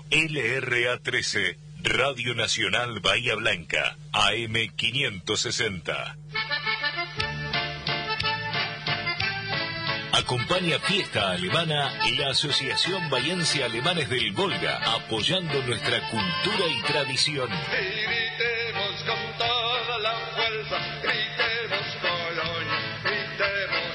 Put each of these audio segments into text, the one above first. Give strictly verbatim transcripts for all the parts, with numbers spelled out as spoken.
L R A trece, Radio Nacional Bahía Blanca, A M quinientos sesenta. Acompaña Fiesta Alemana la Asociación Bahiense Alemanes del Volga, apoyando nuestra cultura y tradición. Gritemos con toda la fuerza, gritemos Colonia, gritemos.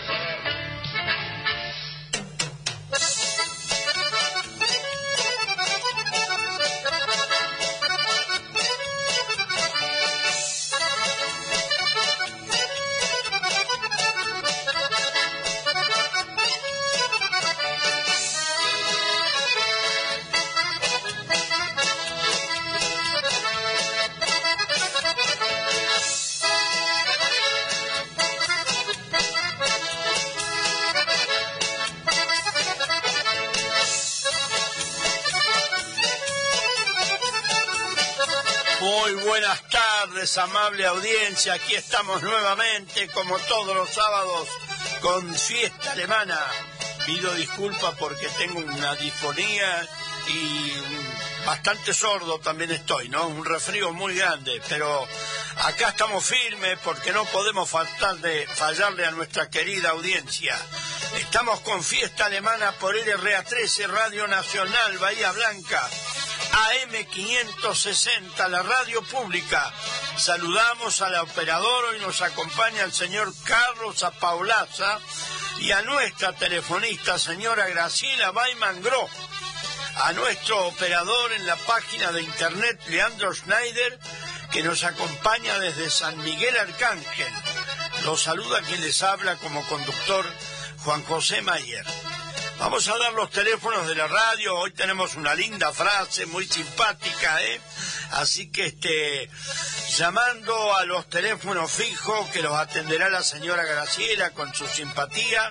Muy buenas tardes, amable audiencia. Aquí estamos nuevamente, como todos los sábados, con Fiesta Alemana. Pido disculpas porque tengo una disfonía y bastante sordo también estoy, ¿no? Un resfrío muy grande, pero acá estamos firmes porque no podemos faltar de, fallarle a nuestra querida audiencia. Estamos con Fiesta Alemana por L R A trece, Radio Nacional Bahía Blanca, A M quinientos sesenta, la radio pública. Saludamos al operador, hoy nos acompaña el señor Carlos Apaulaza y a nuestra telefonista, señora Graciela Baiman Groh, a nuestro operador en la página de internet, Leandro Schneider, que nos acompaña desde San Miguel Arcángel. Los saluda quien les habla como conductor, Juan José Mayer. Vamos a dar los teléfonos de la radio. Hoy tenemos una linda frase muy simpática, ¿eh? Así que, este, llamando a los teléfonos fijos que los atenderá la señora Graciela con su simpatía,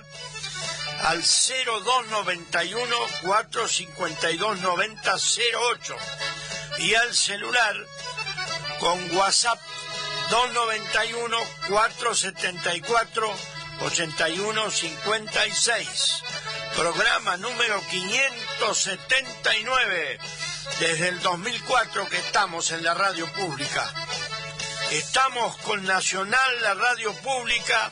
al cero dos noventa y uno, cuatrocientos cincuenta y dos, noventa cero ocho, y al celular con WhatsApp dos noventa y uno, cuatrocientos setenta y cuatro, ochenta y uno cincuenta y seis. Programa número quinientos setenta y nueve, desde el dos mil cuatro que estamos en la radio pública. Estamos con Nacional, la radio pública,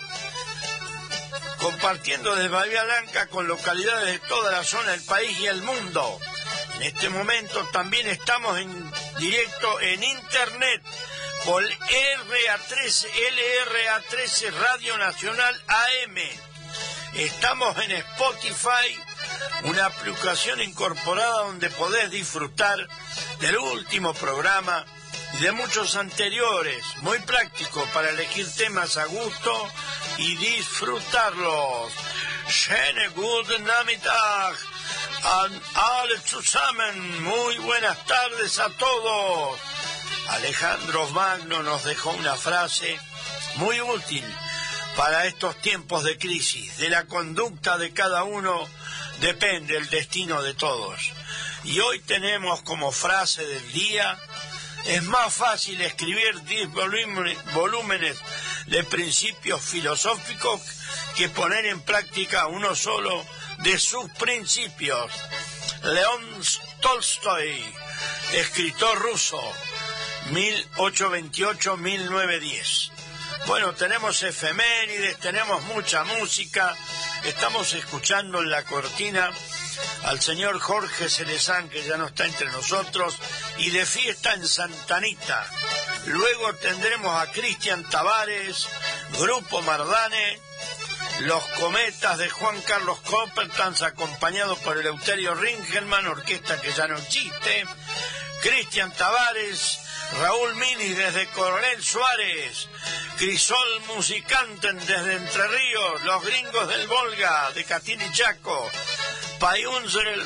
compartiendo desde Bahía Blanca con localidades de toda la zona del país y el mundo. En este momento también estamos en directo en internet por L R A trece, L R A trece Radio Nacional A M. Estamos en Spotify, una aplicación incorporada donde podés disfrutar del último programa y de muchos anteriores, muy práctico para elegir temas a gusto y disfrutarlos. Schöne guten Nachmittag an alle zusammen. Muy buenas tardes a todos. Alejandro Magno nos dejó una frase muy útil para estos tiempos de crisis. De la conducta de cada uno depende el destino de todos. Y hoy tenemos como frase del día: es más fácil escribir diez volúmenes de principios filosóficos que poner en práctica uno solo de sus principios. León Tolstoy, escritor ruso, mil ochocientos veintiocho a mil novecientos diez. Bueno, tenemos efemérides, tenemos mucha música. Estamos escuchando en la cortina al señor Jorge Celezán, que ya no está entre nosotros, y de fiesta en Santa Anita. Luego tendremos a Cristian Tavares, Grupo Mardane, Los Cometas de Juan Carlos Coppertans, acompañado por Eleuterio Ringelmann, orquesta que ya no existe, Cristian Tavares, Raúl Mini desde Coronel Suárez, Crisol Musicanten desde Entre Ríos, Los Gringos del Volga de Catín y Chaco, Pai Unser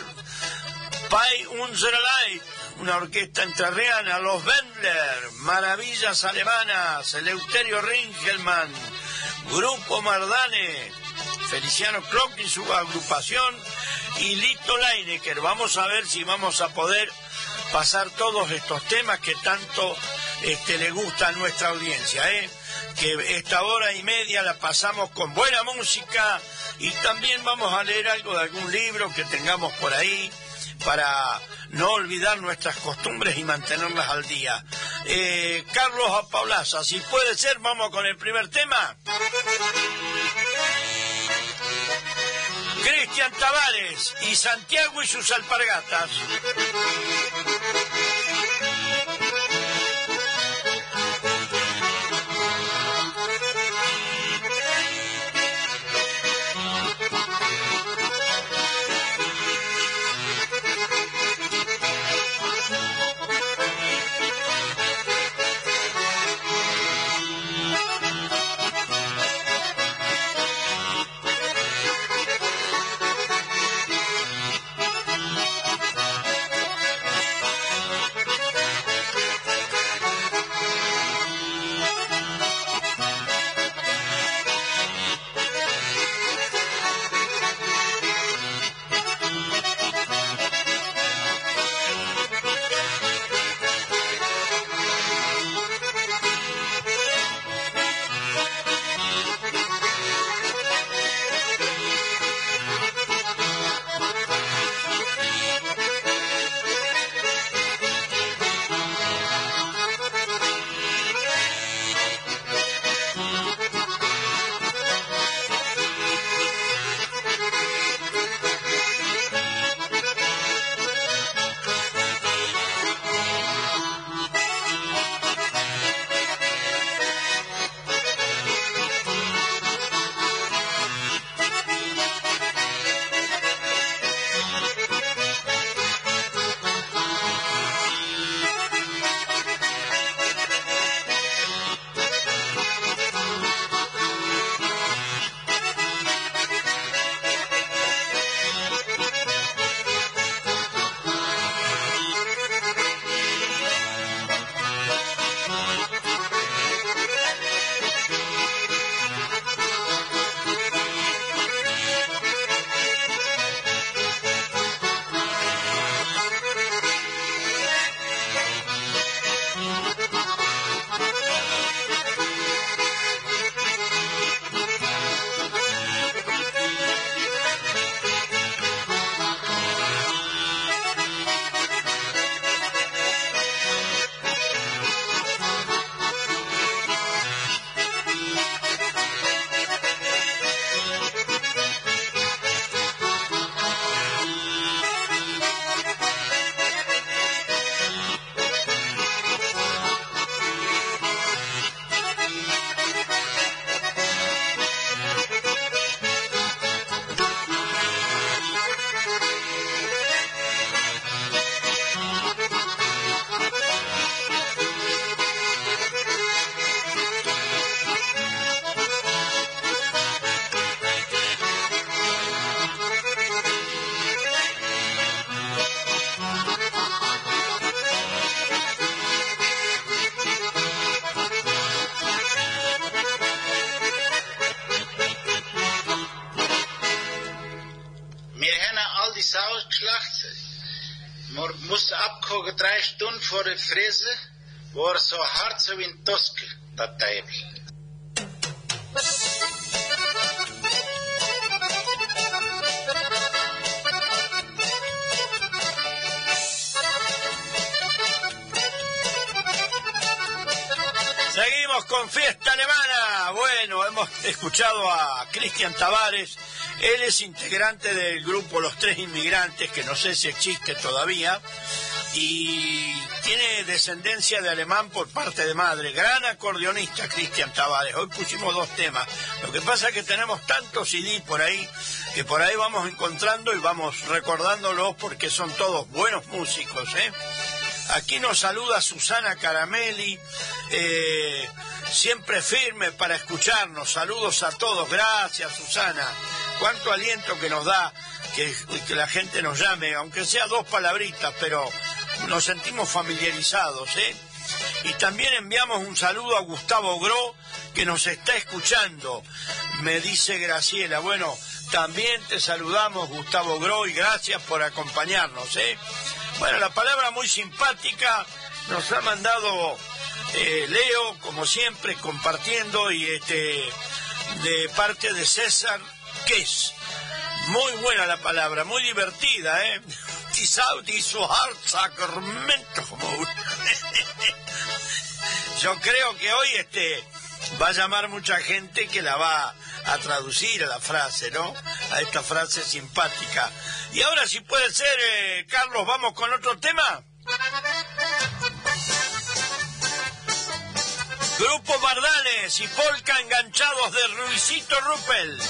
Light, una orquesta entrerriana, Los Wendler, Maravillas Alemanas, Eleuterio Ringelmann, Grupo Mardane, Feliciano Clock y su agrupación, y Lito Leinecker. Vamos a ver si vamos a poder pasar todos estos temas que tanto este, le gusta a nuestra audiencia, ¿eh? Que esta hora y media la pasamos con buena música y también vamos a leer algo de algún libro que tengamos por ahí para no olvidar nuestras costumbres y mantenerlas al día. Eh, Carlos Apaulaza, si puede ser, vamos con el primer tema. Cristian Tavares y Santiago y sus alpargatas. Abkochen drei Stunden vor der Fräse, war so hart so wie ein Toskel, der Teufel. Seguimos con Fiesta Alemana. Bueno, hemos escuchado a Cristian Tavares. Él es integrante del grupo Los Tres Inmigrantes, que no sé si existe todavía, y tiene descendencia de alemán por parte de madre. Gran acordeonista Cristian Tavares. Hoy pusimos dos temas. Lo que pasa es que tenemos tantos C D por ahí, que por ahí vamos encontrando y vamos recordándolos porque son todos buenos músicos, ¿eh? Aquí nos saluda Susana Caramelli, eh, siempre firme para escucharnos. Saludos a todos. Gracias, Susana. Cuánto aliento que nos da que, que la gente nos llame, aunque sea dos palabritas, pero nos sentimos familiarizados, ¿eh? Y también enviamos un saludo a Gustavo Gro, que nos está escuchando, me dice Graciela. Bueno, también te saludamos, Gustavo Gro, y gracias por acompañarnos, ¿eh? Bueno, la palabra muy simpática nos ha mandado eh, Leo, como siempre, compartiendo, y este de parte de César Ques. Muy buena la palabra, muy divertida, ¿eh? is out y su heart Sacramento. Yo creo que hoy este va a llamar mucha gente que la va a traducir a la frase, ¿no? A esta frase simpática. Y ahora, si puede ser, eh, Carlos, vamos con otro tema. Grupo Mardanes y Polka enganchados de Ruizito Ruppel.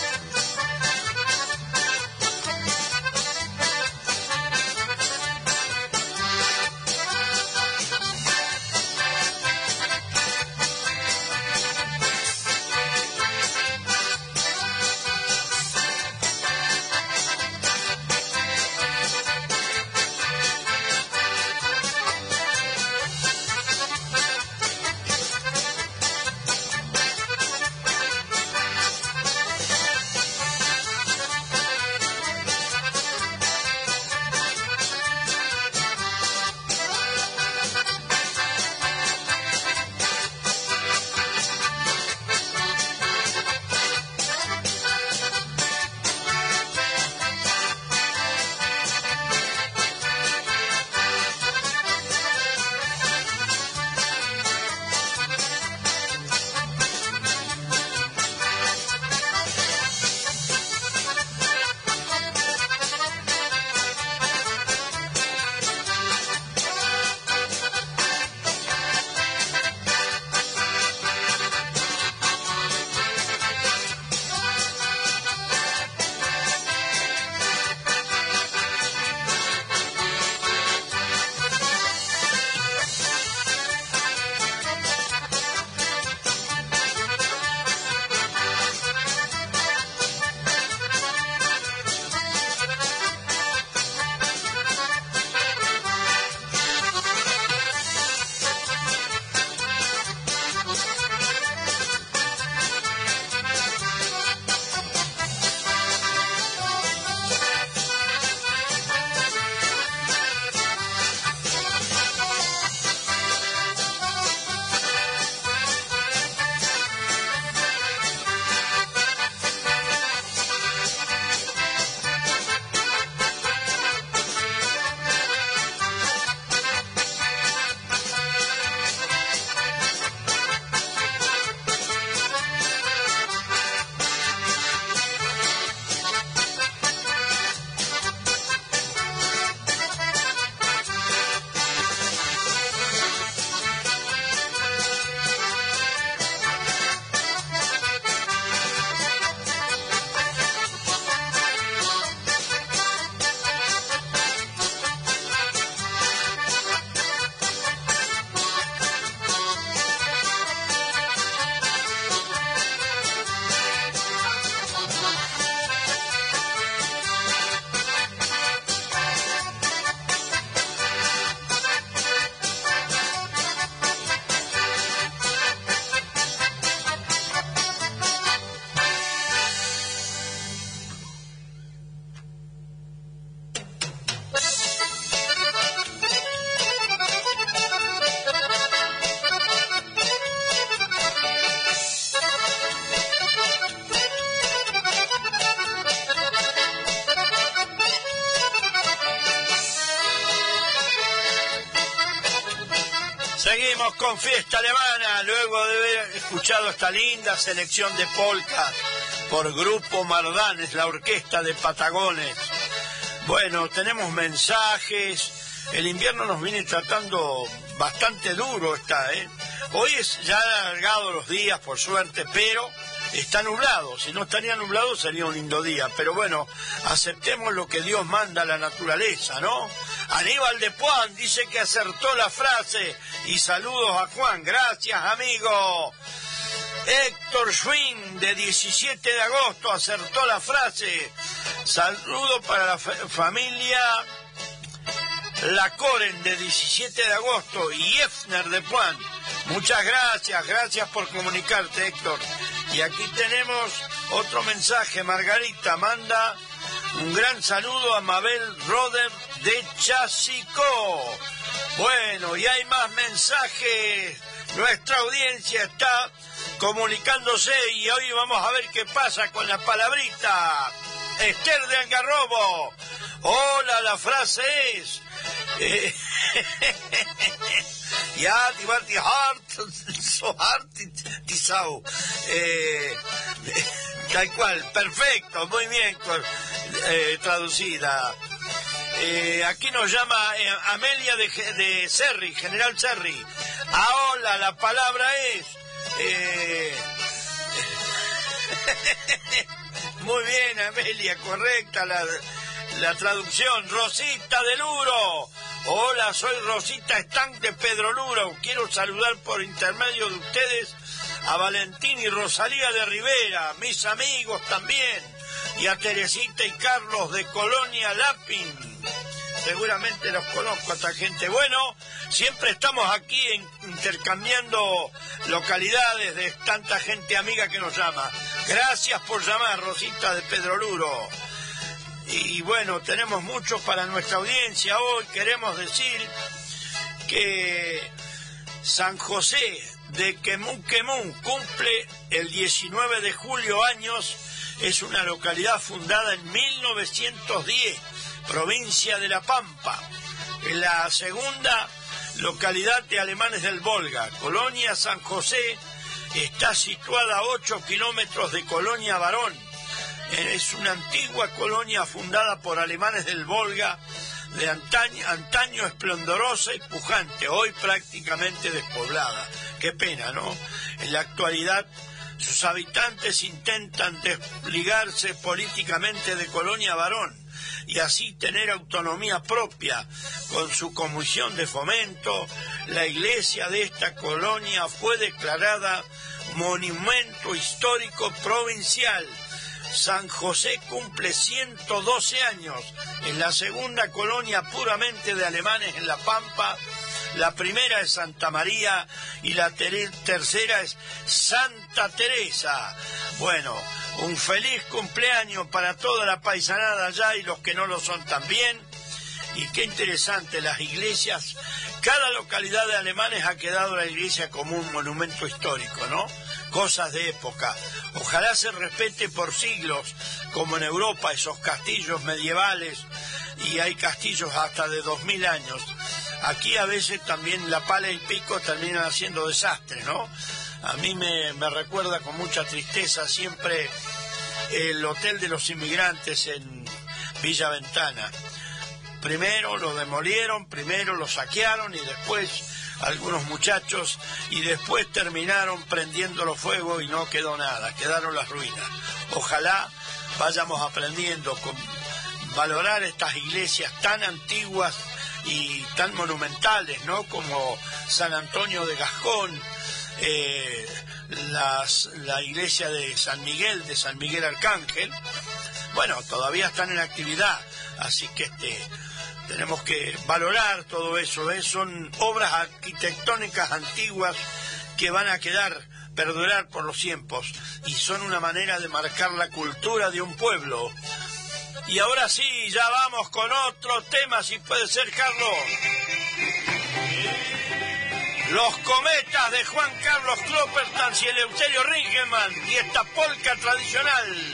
Seguimos con Fiesta Alemana, luego de haber escuchado esta linda selección de polcas por Grupo Mardanes, la orquesta de Patagones. Bueno, tenemos mensajes, el invierno nos viene tratando bastante duro, está, ¿eh? Hoy es ya alargado los días, por suerte, pero está nublado. Si no estaría nublado sería un lindo día. Pero bueno, aceptemos lo que Dios manda a la naturaleza, ¿no? Aníbal de Puan dice que acertó la frase. Y saludos a Juan. Gracias, amigo. Héctor Schwinn, de diecisiete de agosto, acertó la frase. Saludo para la fa- familia La Coren, de diecisiete de agosto, y Efner de Puan. Muchas gracias, gracias por comunicarte, Héctor. Y aquí tenemos otro mensaje. Margarita manda un gran saludo a Mabel Roder de Chasicó. Bueno, y hay más mensajes. Nuestra audiencia está comunicándose y hoy vamos a ver qué pasa con la palabrita. Esther de Algarrobo. Hola, la frase es... Eh, ya, ti hart, so hart, tisau. Eh, tal cual, perfecto, muy bien eh, traducida. Eh, aquí nos llama eh, Amelia de, de Cerri, General Cerri. Ah, hola, la palabra es... Eh, muy bien, Amelia, correcta la, la traducción. Rosita de Luro. Hola, soy Rosita Estanc de Pedro Luro. Quiero saludar por intermedio de ustedes a Valentín y Rosalía de Rivera, mis amigos también, y a Teresita y Carlos de Colonia Lapin. Seguramente los conozco a esta gente. Bueno, siempre estamos aquí en, intercambiando localidades de tanta gente amiga que nos llama. Gracias por llamar, Rosita de Pedro Luro. Y bueno, tenemos muchos para nuestra audiencia. Hoy queremos decir que San José de Quemú Quemú cumple el diecinueve de julio años. Es una localidad fundada en mil novecientos diez, provincia de La Pampa. Es la segunda localidad de alemanes del Volga. Colonia San José está situada a ocho kilómetros de Colonia Barón. Es una antigua colonia fundada por alemanes del Volga, de antaño, antaño esplendorosa y pujante, hoy prácticamente despoblada. Qué pena, ¿no? En la actualidad sus habitantes intentan desligarse políticamente de Colonia Barón y así tener autonomía propia con su comisión de fomento. La iglesia de esta colonia fue declarada monumento histórico provincial. San José cumple ciento doce años. Es la segunda colonia puramente de alemanes en La Pampa. La primera es Santa María y la ter- tercera es Santa Teresa. Bueno, un feliz cumpleaños para toda la paisanada allá y los que no lo son también. Y qué interesante, las iglesias, cada localidad de alemanes ha quedado la iglesia como un monumento histórico, ¿no? Cosas de época. Ojalá se respete por siglos, como en Europa, esos castillos medievales, y hay castillos hasta de dos mil años. Aquí a veces también la pala y el pico terminan haciendo desastre, ¿no? A mí me, me recuerda con mucha tristeza siempre el Hotel de los Inmigrantes en Villa Ventana. Primero lo demolieron, primero lo saquearon y después algunos muchachos, y después terminaron prendiéndolo fuego y no quedó nada, quedaron las ruinas. Ojalá vayamos aprendiendo con valorar estas iglesias tan antiguas y tan monumentales, ¿no? Como San Antonio de Gascón, eh, las, la iglesia de San Miguel, de San Miguel Arcángel. Bueno, todavía están en actividad, así que este... tenemos que valorar todo eso, ¿eh? Son obras arquitectónicas antiguas que van a quedar, perdurar por los tiempos, y son una manera de marcar la cultura de un pueblo. Y ahora sí, ya vamos con otro tema, si puede ser, Carlos. Los cometas de Juan Carlos Kloppertans y Eleuterio Ringelmann, y esta polca tradicional.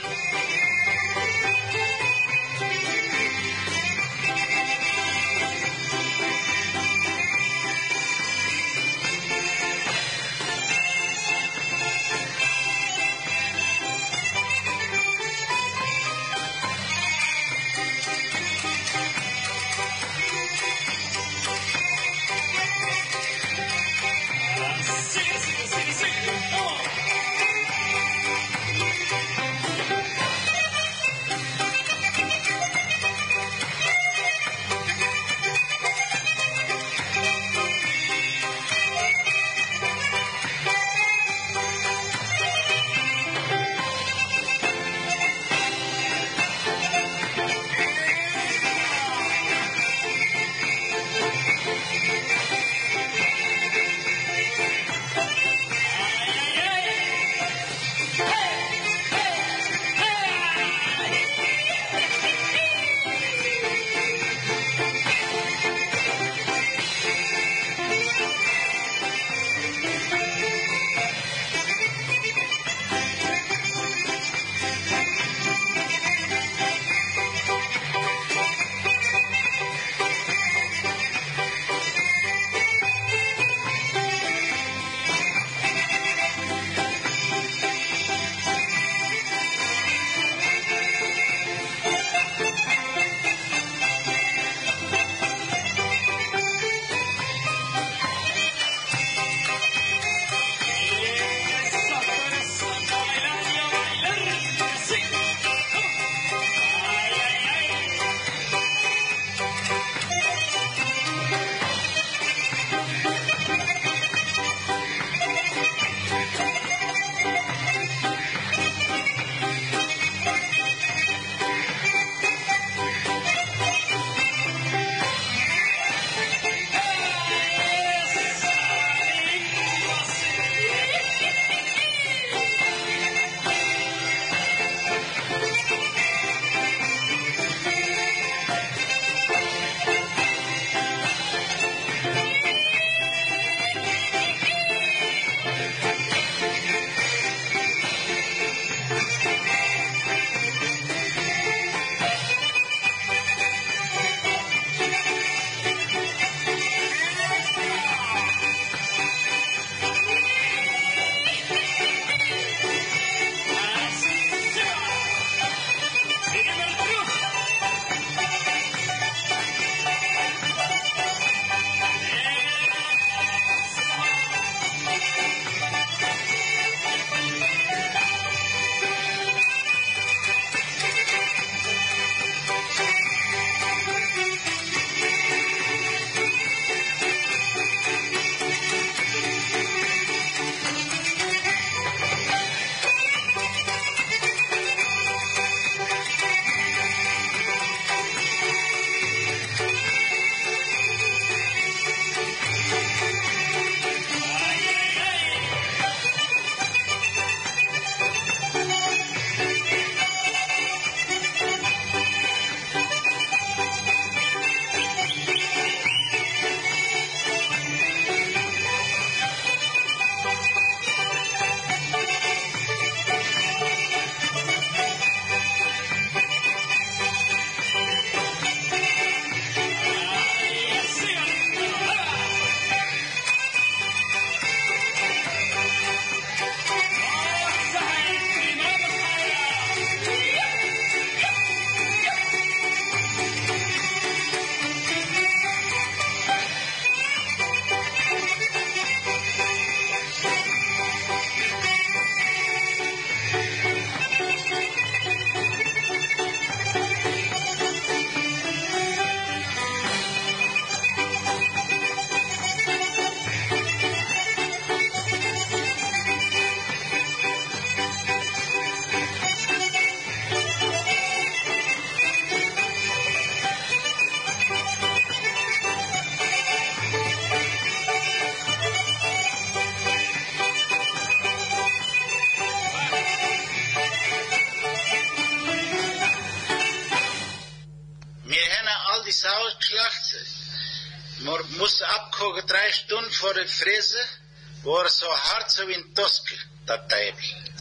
opgekomen drie stunden voor de frisse, waren zo hard zo in Toske, dat tijd.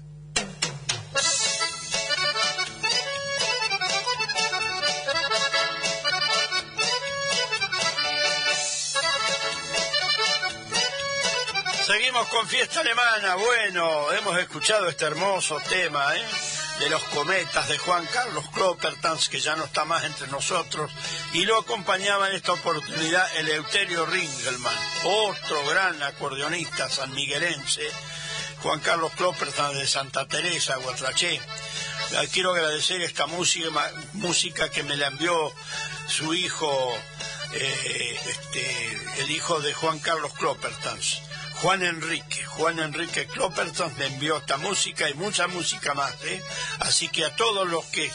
Seguimos con Fiesta Alemana. Bueno, hemos escuchado este hermoso tema, ¿eh? De los cometas de Juan Carlos Kloppertans, que ya no está más entre nosotros, y lo acompañaba en esta oportunidad Eleuterio Ringelmann, otro gran acordeonista sanmiguelense, Juan Carlos Kloppertans de Santa Teresa, Guatraché. Quiero agradecer esta música, música que me la envió su hijo, eh, este, el hijo de Juan Carlos Kloppertans. Juan Enrique, Juan Enrique Kloppertans me envió esta música y mucha música más, ¿eh? Así que a todos los que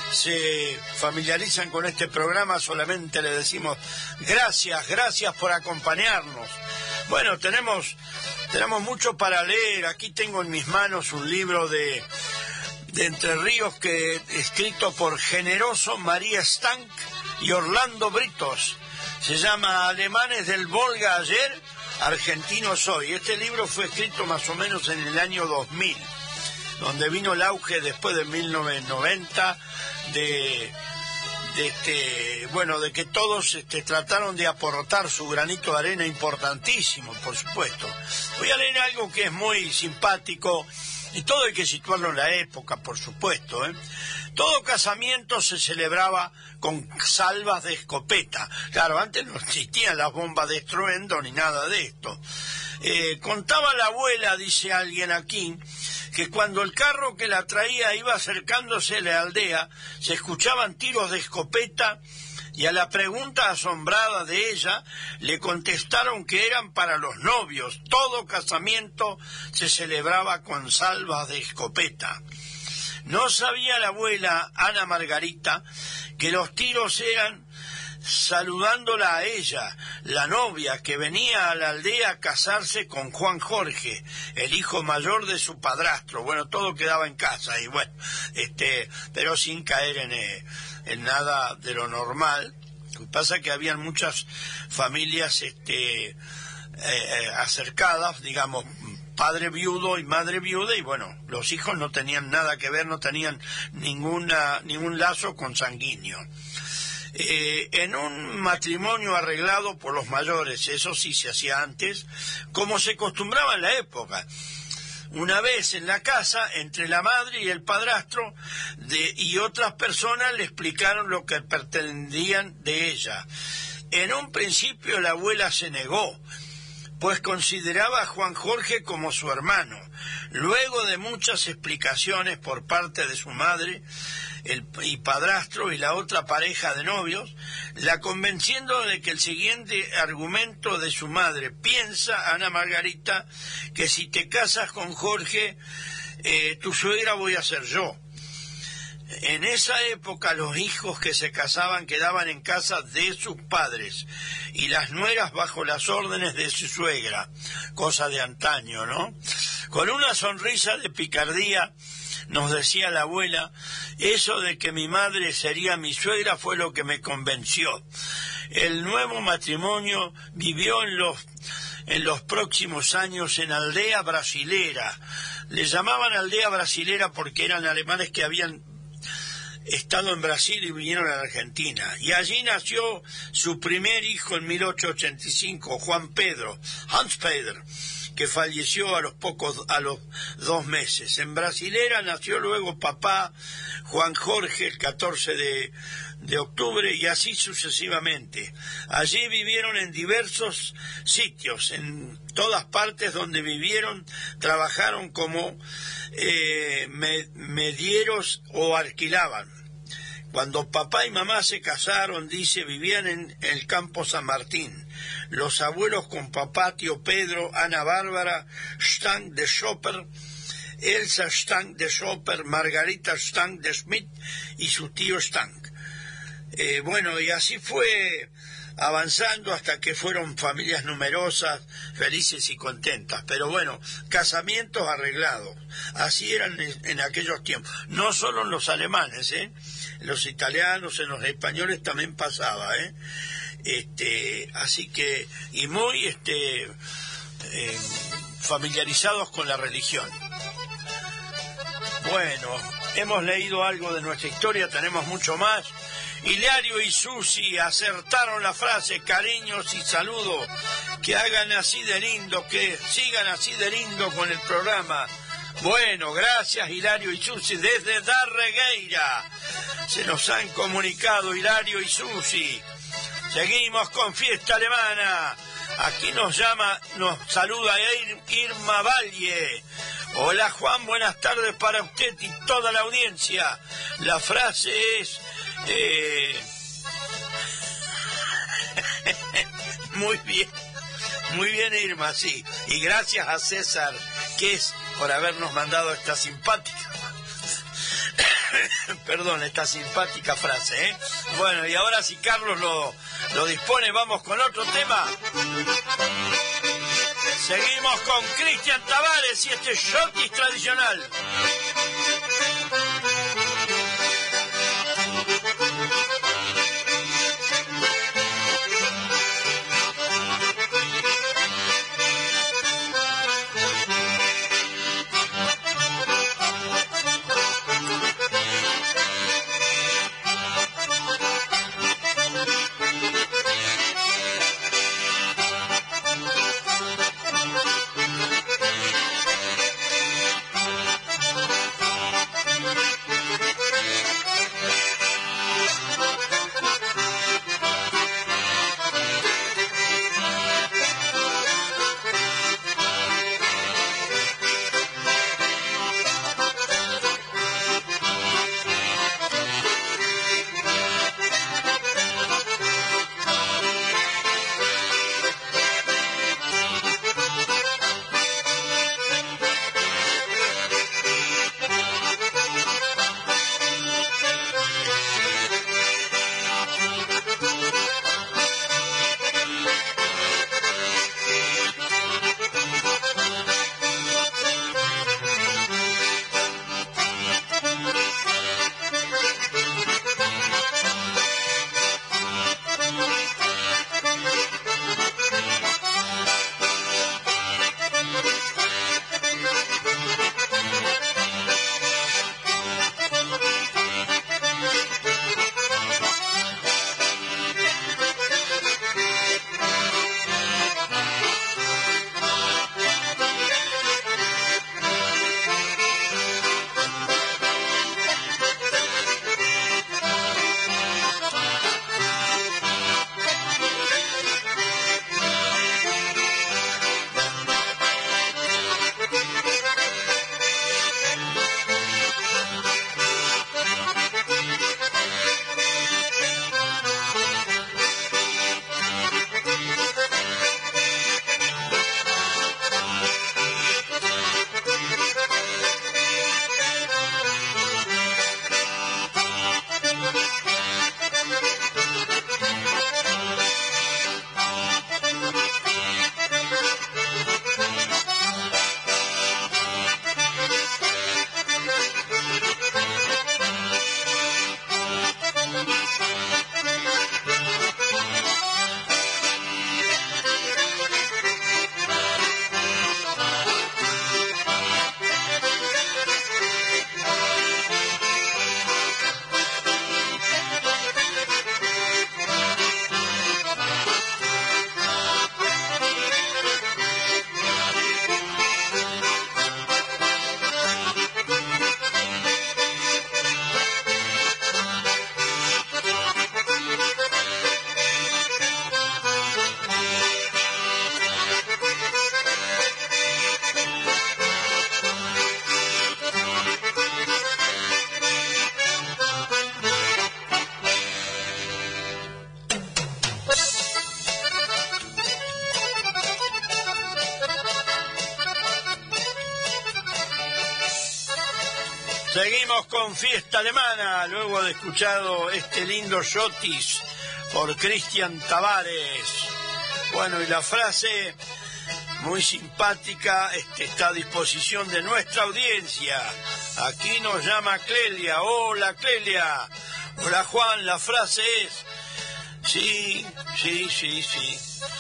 se familiarizan con este programa solamente le decimos gracias, gracias por acompañarnos. Bueno, tenemos, tenemos mucho para leer. Aquí tengo en mis manos un libro de, de Entre Ríos que escrito por Generoso María Stank y Orlando Britos. Se llama Alemanes del Volga ayer, argentinos hoy. Este libro fue escrito más o menos en el año dos mil, donde vino el auge después de mil novecientos noventa de, de este, bueno, de que todos este, trataron de aportar su granito de arena importantísimo, por supuesto. Voy a leer algo que es muy simpático y todo hay que situarlo en la época, por supuesto, ¿eh? Todo casamiento se celebraba con salvas de escopeta. Claro, antes no existían las bombas de estruendo ni nada de esto. Eh, contaba la abuela, dice alguien aquí, que cuando el carro que la traía iba acercándose a la aldea, se escuchaban tiros de escopeta y a la pregunta asombrada de ella le contestaron que eran para los novios. Todo casamiento se celebraba con salvas de escopeta. No sabía la abuela Ana Margarita que los tiros eran saludándola a ella, la novia que venía a la aldea a casarse con Juan Jorge, el hijo mayor de su padrastro. Bueno, todo quedaba en casa y bueno, este, pero sin caer en, eh, en nada de lo normal. Lo que pasa es que habían muchas familias este, eh, acercadas, digamos, padre viudo y madre viuda, y bueno, los hijos no tenían nada que ver, no tenían ninguna ningún lazo consanguíneo. Eh, en un matrimonio arreglado por los mayores, eso sí se hacía antes, como se acostumbraba en la época. Una vez en la casa, entre la madre y el padrastro de, y otras personas le explicaron lo que pretendían de ella. En un principio la abuela se negó, pues consideraba a Juan Jorge como su hermano. Luego de muchas explicaciones por parte de su madre el, y padrastro y la otra pareja de novios, la convenciendo de que el siguiente argumento de su madre: piensa, Ana Margarita, que si te casas con Jorge, eh, tu suegra voy a ser yo. En esa época los hijos que se casaban quedaban en casa de sus padres y las nueras bajo las órdenes de su suegra, cosa de antaño, ¿no? Con una sonrisa de picardía nos decía la abuela: eso de que mi madre sería mi suegra fue lo que me convenció. El nuevo matrimonio vivió en los, en los próximos años en Aldea Brasilera. Le llamaban Aldea Brasilera porque eran alemanes que habían estado en Brasil y vinieron a la Argentina, y allí nació su primer hijo en mil ochocientos ochenta y cinco, Juan Pedro, Hans Pedro, que falleció a los pocos, a los dos meses. En Brasilera nació luego papá Juan Jorge el catorce de octubre, y así sucesivamente. Allí vivieron en diversos sitios, en todas partes donde vivieron, trabajaron como eh, medieros o alquilaban. Cuando papá y mamá se casaron, dice, vivían en el campo San Martín. Los abuelos con papá, tío Pedro, Ana Bárbara Stank de Schopper, Elsa Stank de Schopper, Margarita Stank de Schmidt y su tío Stank. Eh, bueno, y así fue avanzando hasta que fueron familias numerosas, felices y contentas. Pero bueno, casamientos arreglados. Así eran en, en aquellos tiempos. No solo en los alemanes, ¿eh? En los italianos, en los españoles también pasaba, ¿eh? Este, así que, y muy este, eh, familiarizados con la religión. Bueno, hemos leído algo de nuestra historia, tenemos mucho más. Hilario y Susi acertaron la frase, cariños y saludos, que hagan así de lindo, que sigan así de lindo con el programa. Bueno, gracias Hilario y Susi desde Darregueira. Se nos han comunicado Hilario y Susi. Seguimos con Fiesta Alemana. Aquí nos llama, nos saluda Irma Valle. Hola Juan, buenas tardes para usted y toda la audiencia. La frase es... Eh... muy bien, muy bien Irma, sí. Y gracias a César, que es por habernos mandado esta simpática, perdón, esta simpática frase, ¿eh? Bueno, y ahora si Carlos lo, lo dispone, vamos con otro tema. Seguimos con Cristian Tavares y este shortis tradicional. Seguimos con Fiesta Alemana, luego de escuchado este lindo shotis por Cristian Tavares. Bueno, y la frase muy simpática este, está a disposición de nuestra audiencia. Aquí nos llama Clelia. Hola Clelia. Hola Juan, la frase es: si Sí, sí, sí.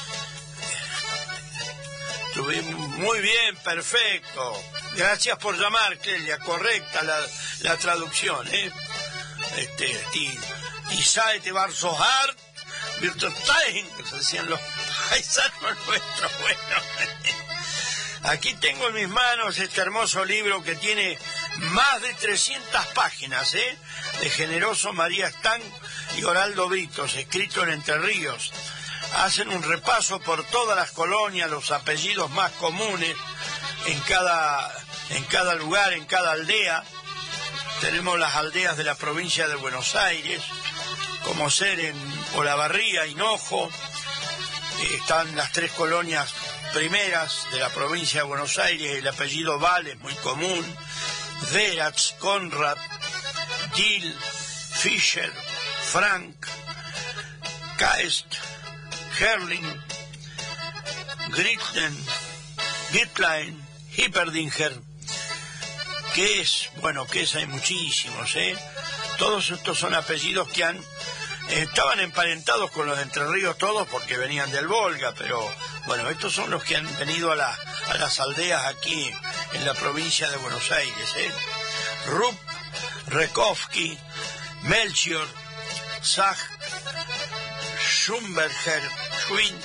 Estuvimos muy bien, perfecto. Gracias por llamar, Clelia, correcta la, la traducción, ¿eh? Este, y, y sabe te var so hard, virtutain, que se decían los paisanos nuestros, bueno. Aquí tengo en mis manos este hermoso libro que tiene más de trescientas páginas, ¿eh? De Generoso María Stang y Oraldo Britos, escrito en Entre Ríos. Hacen un repaso por todas las colonias, los apellidos más comunes en cada, en cada lugar, en cada aldea. Tenemos las aldeas de la provincia de Buenos Aires, como ser en Olavarría, Hinojo. Están las tres colonias primeras de la provincia de Buenos Aires, el apellido Val es muy común. Veratz, Conrad, Gil, Fischer, Frank, Kaest, Herrling, Gritten, Gittlein, Hipperdinger, que es, bueno, que es, hay muchísimos, ¿eh? Todos estos son apellidos que han, eh, estaban emparentados con los de Entre Ríos todos porque venían del Volga, pero, bueno, estos son los que han venido a, la, a las aldeas aquí en la provincia de Buenos Aires, ¿eh? Rupp, Rekowski, Melchior, Sach, Schumberger, Schwind,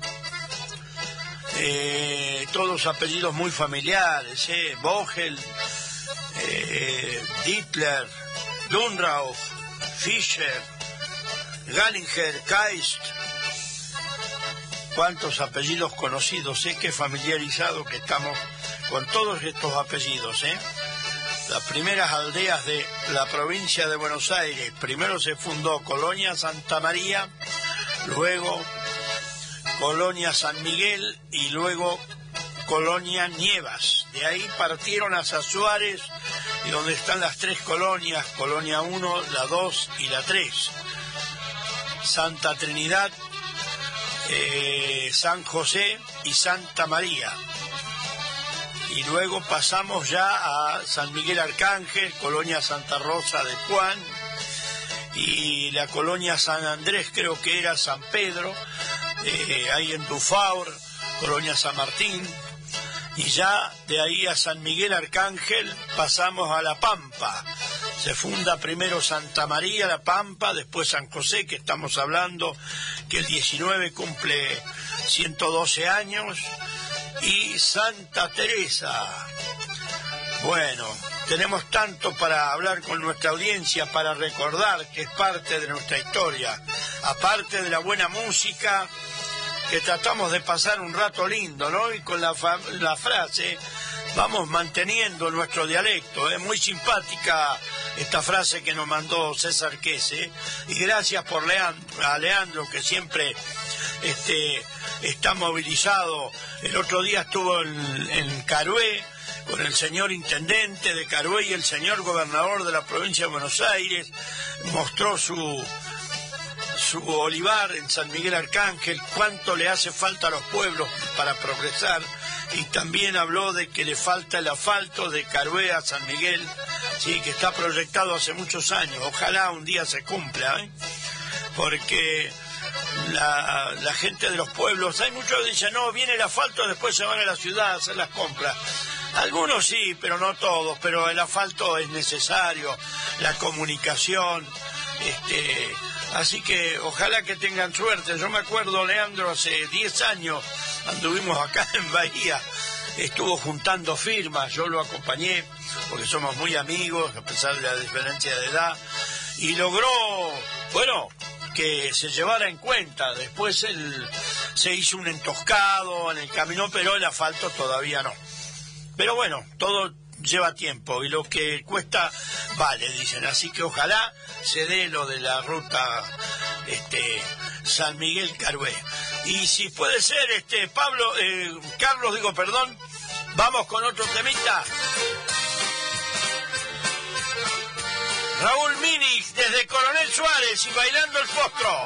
eh, todos apellidos muy familiares, eh, Vogel, eh, Dittler, Dunrauf, Fischer, Gallinger, Kaist. Cuántos apellidos conocidos, eh, qué familiarizado que estamos con todos estos apellidos, eh. Las primeras aldeas de la provincia de Buenos Aires, primero se fundó Colonia Santa María, luego Colonia San Miguel y luego Colonia Nievas. De ahí partieron hacia Suárez, y donde están las tres colonias, Colonia uno, la dos y la tres. Santa Trinidad, eh, San José y Santa María. Y luego pasamos ya a San Miguel Arcángel, Colonia Santa Rosa de Juan, y la Colonia San Andrés, creo que era San Pedro, eh, ahí en Dufaur, Colonia San Martín, y ya de ahí a San Miguel Arcángel pasamos a La Pampa. Se funda primero Santa María, La Pampa, después San José, que estamos hablando, que el diecinueve cumple ciento doce años, y Santa Teresa. Bueno, tenemos tanto para hablar con nuestra audiencia, para recordar que es parte de nuestra historia, aparte de la buena música, que tratamos de pasar un rato lindo, ¿no? Y con la, fa la frase, vamos manteniendo nuestro dialecto. Es muy simpática esta frase que nos mandó César Quese, y gracias por Leandro, a Leandro, que siempre este, está movilizado. El otro día estuvo en, en Carué, con el señor intendente de Carué y el señor gobernador de la provincia de Buenos Aires, mostró su, su olivar en San Miguel Arcángel, cuánto le hace falta a los pueblos para progresar, y también habló de que le falta el asfalto de Carué a San Miguel, sí, que está proyectado hace muchos años. Ojalá un día se cumpla, ¿eh? Porque la, la gente de los pueblos, hay muchos que dicen, no, viene el asfalto, después se van a la ciudad a hacer las compras. Algunos sí, pero no todos, pero el asfalto es necesario, la comunicación, este, así que ojalá que tengan suerte. Yo me acuerdo, Leandro, hace diez años anduvimos acá en Bahía, estuvo juntando firmas, yo lo acompañé, porque somos muy amigos, a pesar de la diferencia de edad, y logró, bueno, que se llevara en cuenta. Después él se hizo un entoscado en el camino, pero el asfalto todavía no. Pero bueno, todo lleva tiempo y lo que cuesta vale, dicen. Así que ojalá se dé lo de la ruta este, San Miguel Carué. Y si puede ser, este Pablo, eh, Carlos, digo, perdón, vamos con otro temita. Raúl Minix desde Coronel Suárez y Bailando el Fostro.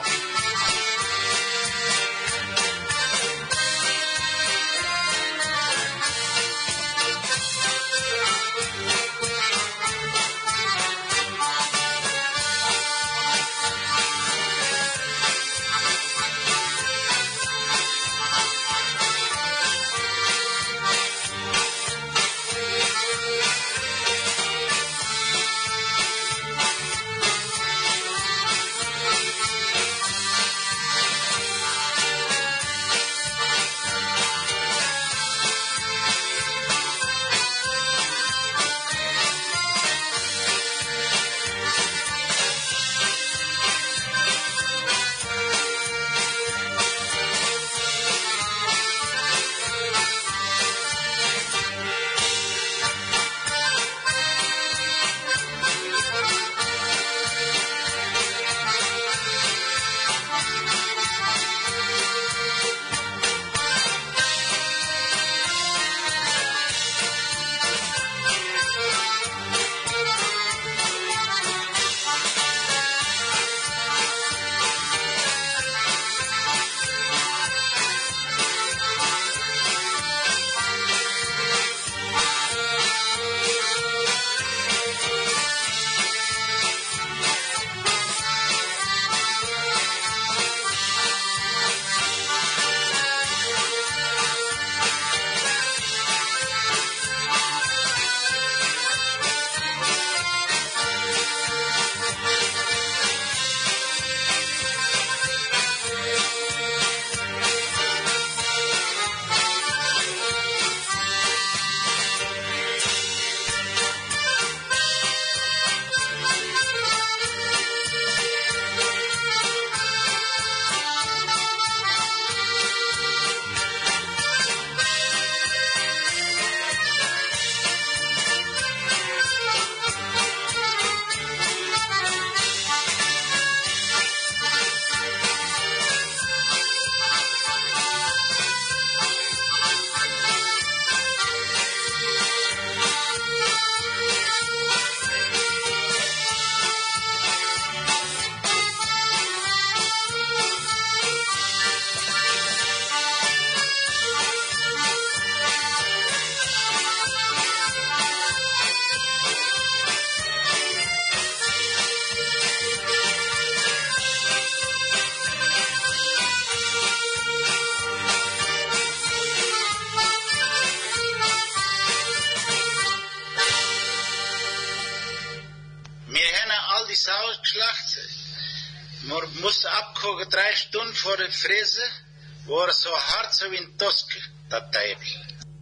voor drei Stunden voor de Frese wordt zo hard zo in Toske, dat tijbel.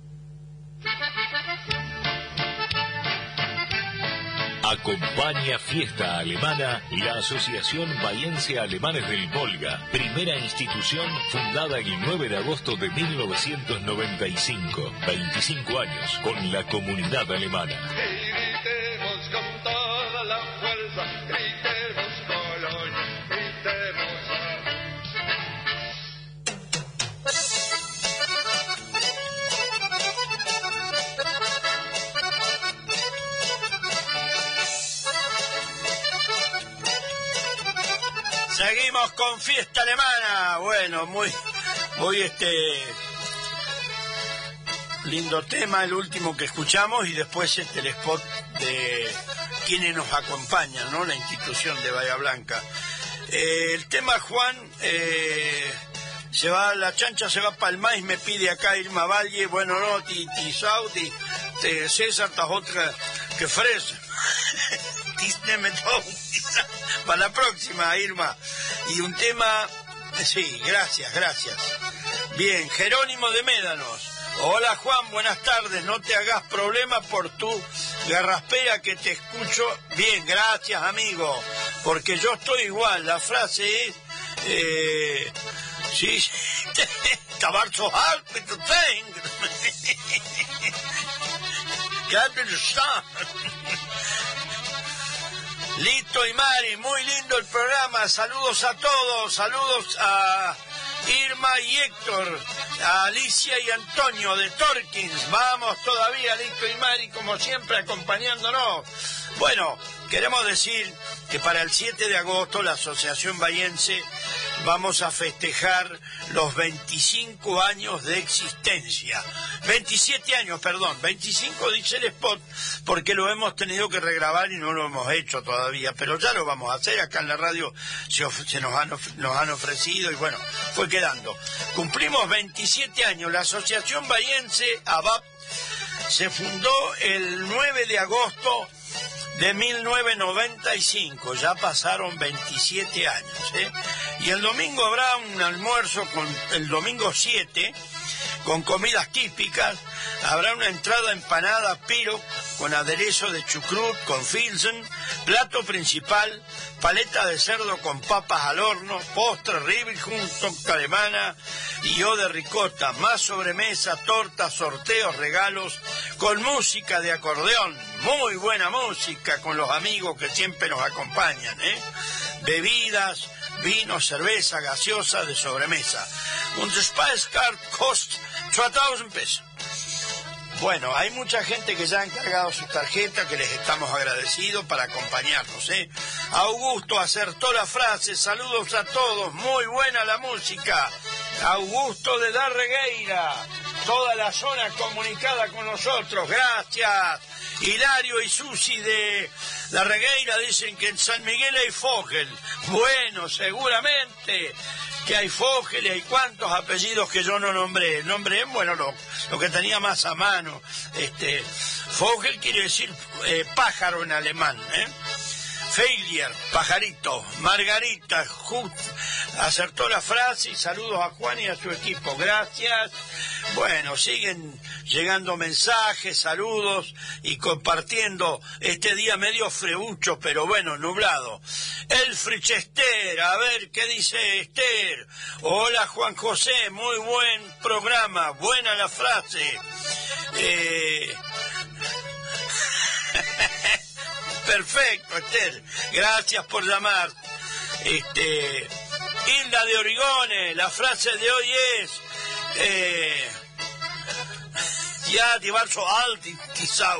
Acompaña Fiesta Alemana la Asociación Bahiense Alemanes del Volga, primera institución fundada el nueve de agosto de mil novecientos noventa y cinco, veinticinco años con la comunidad alemana. Gritemos con toda la fuerza, gritemos Colonia, gritemos. Seguimos con Fiesta Alemana. Bueno, muy, muy este lindo tema, el último que escuchamos, y después este el spot de quienes nos acompañan, ¿no? La institución de Bahía Blanca. Eh, el tema, Juan, eh, se va, la chancha se va para el maíz, me pide acá Irma Valle, bueno, no, ti, ti Saudi, te César, tas otra que fresa. Para la próxima, Irma. Y un tema, sí, gracias, gracias. Bien, Jerónimo de Médanos. Hola Juan, buenas tardes, no te hagas problema por tu garraspera que te escucho bien, gracias amigo, porque yo estoy igual, la frase es, eh, sí, acabar so hard with the thing. Listo y Mari, muy lindo el programa, saludos a todos, saludos a Irma y Héctor, a Alicia y Antonio de Torkins, vamos todavía, Listo y Mari, como siempre acompañándonos. Bueno, queremos decir que para el siete de agosto la Asociación Bahiense vamos a festejar los veinticinco años de existencia. veintisiete años, perdón, veinticinco dice el spot, porque lo hemos tenido que regrabar y no lo hemos hecho todavía, pero ya lo vamos a hacer, acá en la radio se, se nos, han nos han ofrecido y bueno, fue quedando. Cumplimos veintisiete años, la Asociación Bahiense, A B A P, se fundó el nueve de agosto de mil novecientos noventa y cinco, ya pasaron veintisiete años, ¿eh? Y el domingo habrá un almuerzo, con el domingo siete, con comidas típicas, habrá una entrada empanada piro con aderezo de chucrut con filsen, plato principal, paleta de cerdo con papas al horno, postre, ribijun, torta alemana y o de ricota, más sobremesa, tortas, sorteos, regalos, con música de acordeón, muy buena música con los amigos que siempre nos acompañan, ¿eh? Bebidas, vino, cerveza, gaseosa de sobremesa. Un Spice Card cost dos mil pesos. Bueno, hay mucha gente que ya ha encargado sus tarjetas, que les estamos agradecidos para acompañarnos, ¿eh? Augusto acertó la frase, saludos a todos, muy buena la música. Augusto de Darregueira, toda la zona comunicada con nosotros, gracias. Hilario y Susi de La Regueira dicen que en San Miguel hay Fogel. Bueno, seguramente que hay Fogel y hay cuantos apellidos que yo no nombré. Nombré, bueno, lo, lo que tenía más a mano. Este, Fogel quiere decir eh, pájaro en alemán, ¿eh? Failure, pajarito. Margarita Just acertó la frase y saludos a Juan y a su equipo. Gracias. Bueno, siguen llegando mensajes, saludos y compartiendo este día medio freucho, pero bueno, nublado. Elfrich Esther, a ver qué dice Esther. Hola Juan José, muy buen programa, buena la frase. Eh... Perfecto, Esther, gracias por llamar. Este, Hilda de Origones, la frase de hoy es eh, ya diverso alti quizá.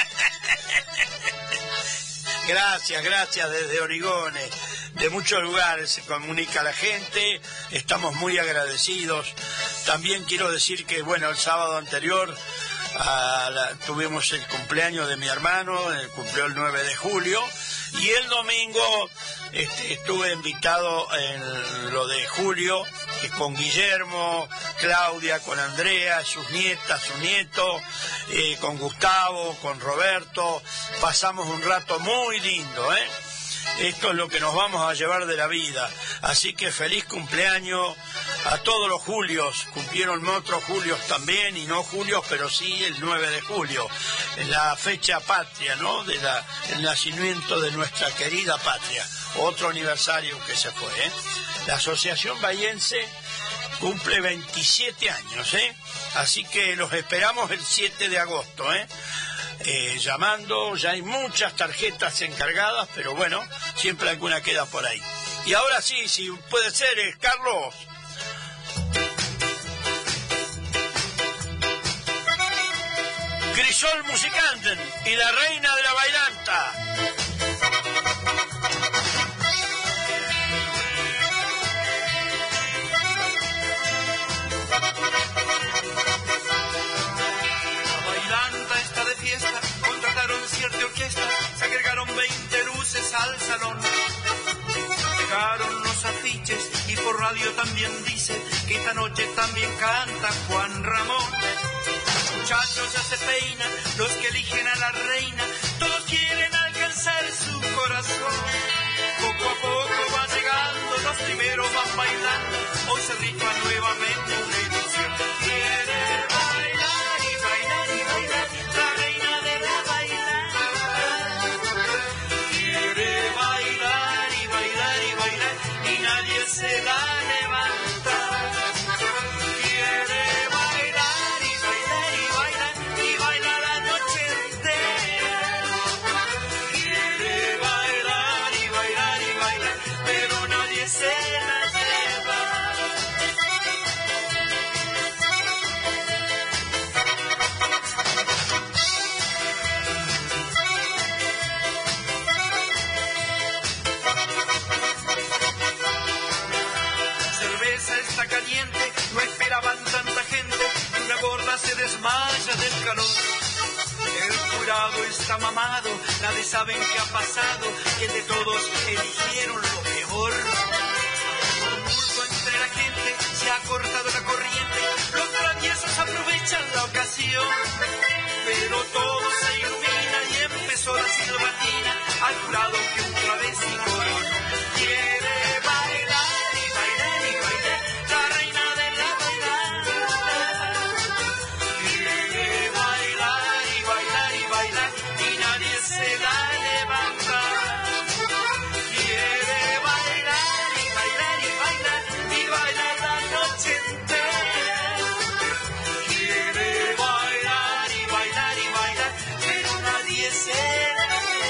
Gracias, gracias desde Origones, de muchos lugares se comunica la gente, estamos muy agradecidos. También quiero decir que, bueno, el sábado anterior a la, tuvimos el cumpleaños de mi hermano, el cumplió el nueve de julio, y el domingo este, estuve invitado en lo de julio, que con Guillermo, Claudia, con Andrea, sus nietas, su nieto, eh, con Gustavo, con Roberto, pasamos un rato muy lindo, ¿eh? Esto es lo que nos vamos a llevar de la vida. Así que feliz cumpleaños a todos los Julios. Cumplieron otros Julios también, y no Julios, pero sí el nueve de julio, en la fecha patria, ¿no? De la, el nacimiento de nuestra querida patria. Otro aniversario que se fue, ¿eh? La Asociación Bahiense cumple veintisiete años, ¿eh? Así que los esperamos el siete de agosto, ¿eh? Eh, llamando, ya hay muchas tarjetas encargadas, pero bueno, siempre alguna queda por ahí. Y ahora sí, si puede ser, eh, Carlos. Crisol Musicanten y la reina de la bailanta. Fiesta, contrataron cierta orquesta, se agregaron veinte luces al salón. Pegaron los afiches y por radio también dice que esta noche también canta Juan Ramón. Los muchachos ya se peinan, los que eligen a la reina, todos quieren alcanzar su corazón. Poco a poco van llegando, los primeros van bailando, hoy se rifa nuevamente una ilusión. Quiere bailar y bailar y bailar, la reina de la bailanta. Quiere bailar y bailar y bailar, y nadie se la levanta. Quiere bailar y bailar y bailar, y baila la noche entera. Quiere bailar y bailar y bailar, pero nadie se la lleva. Está caliente, no esperaban tanta gente, una gorda se desmaya del calor. El jurado está mamado, nadie sabe qué ha pasado, que de todos eligieron lo mejor. Tumulto entre la gente, se ha cortado la corriente, los traviesos aprovechan la ocasión. Pero todo se ilumina y empezó la silbatina, al jurado que un travesti coronó. Quiere bailar y bailar y bailar, la reina de la bailanta. Quiere bailar y bailar y bailar, y nadie se la levanta. Quiere bailar y bailar y bailar, y bailar la noche entera. Quiere bailar y bailar y bailar, pero nadie se la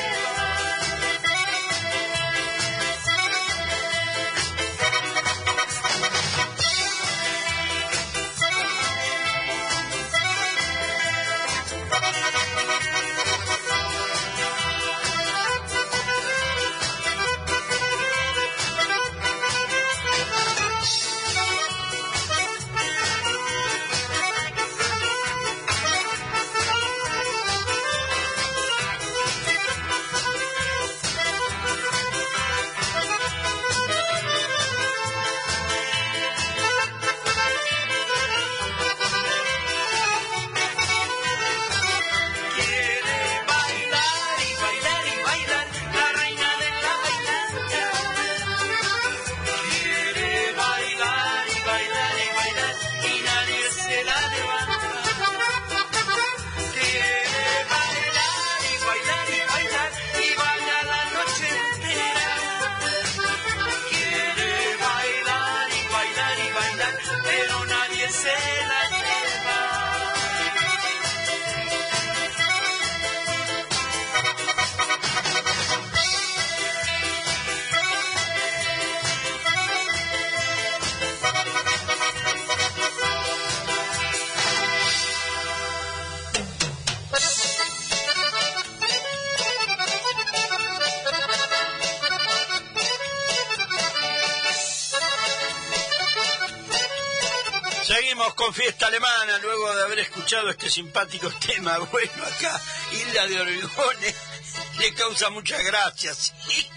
Seguimos con Fiesta Alemana, luego de haber escuchado este simpático tema. Bueno, acá Isla de Oregones le causa muchas gracias.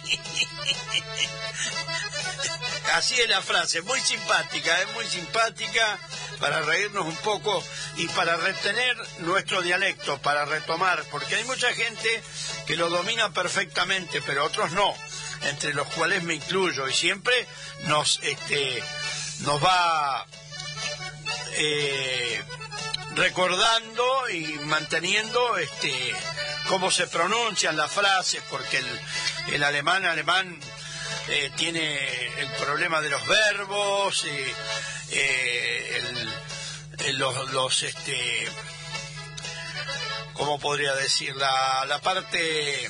Así es la frase, muy simpática, es muy simpática, para reírnos un poco y para retener nuestro dialecto, para retomar, porque hay mucha gente que lo domina perfectamente, pero otros no, entre los cuales me incluyo, y siempre nos, este, nos va eh, recordando y manteniendo este, cómo se pronuncian las frases, porque el, el alemán alemán eh, tiene el problema de los verbos, eh, eh, el, el, los, los este, ¿cómo podría decir? La, la parte,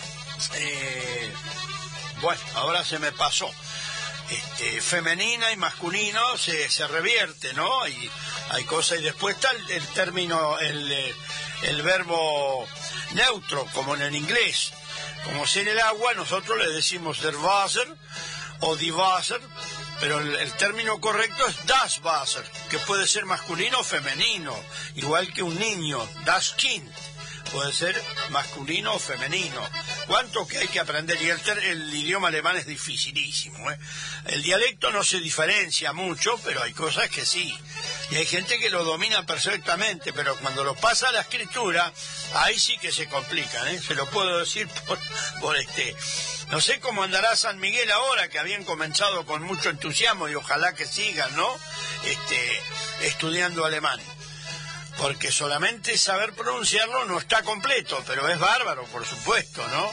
eh, bueno, ahora se me pasó, este, femenina y masculino se, se revierte, ¿no? Y hay cosas, y después está el, el término, el, el verbo neutro, como en el inglés. Como si en el agua nosotros le decimos der Wasser o die Wasser, pero el, el término correcto es das Wasser, que puede ser masculino o femenino, igual que un niño, das Kind, puede ser masculino o femenino. ¿Cuánto que hay que aprender? Y el, ter, el idioma alemán es dificilísimo, ¿eh? El dialecto no se diferencia mucho, pero hay cosas que sí. Y hay gente que lo domina perfectamente, pero cuando lo pasa a la escritura, ahí sí que se complican, ¿eh? Se lo puedo decir por, por este... No sé cómo andará San Miguel ahora, que habían comenzado con mucho entusiasmo, y ojalá que sigan, ¿no? Este, estudiando alemán. Porque solamente saber pronunciarlo no está completo, pero es bárbaro, por supuesto, ¿no?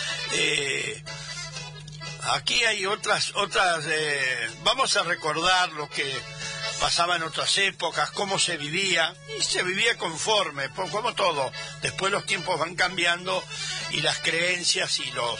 Eh, aquí hay otras, otras, eh, vamos a recordar lo que pasaba en otras épocas, cómo se vivía, y se vivía conforme, como todo. Después los tiempos van cambiando y las creencias y los,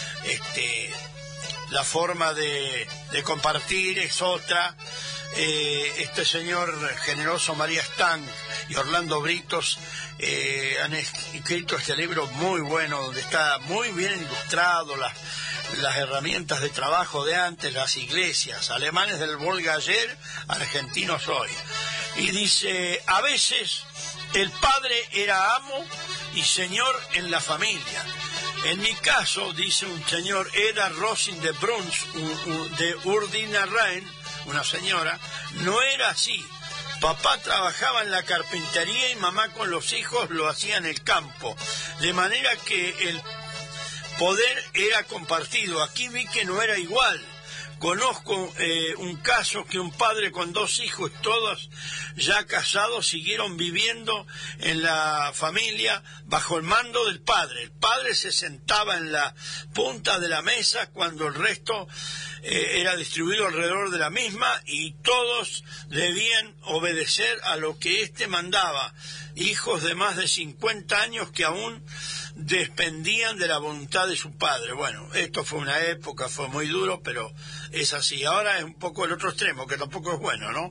este, la forma de, de compartir es otra. Eh, este señor generoso María Stang y Orlando Britos eh, han escrito este libro muy bueno, donde está muy bien ilustrado las, las herramientas de trabajo de antes, las iglesias, alemanes del Volga ayer, argentinos hoy. Y dice, a veces el padre era amo y señor en la familia. En mi caso, dice un señor, era Rosin de Bruns, de Urdina Rhein, una señora, no era así. Papá trabajaba en la carpintería y mamá con los hijos lo hacía en el campo, de manera que el poder era compartido. Aquí vi que no era igual. Conozco eh, un caso que un padre con dos hijos, todos ya casados, siguieron viviendo en la familia bajo el mando del padre. El padre se sentaba en la punta de la mesa cuando el resto eh, era distribuido alrededor de la misma, y todos debían obedecer a lo que éste mandaba. Hijos de más de cincuenta años que aún dependían de la voluntad de su padre. Bueno, esto fue una época, fue muy duro, pero es así. Ahora es un poco el otro extremo, que tampoco es bueno, ¿no?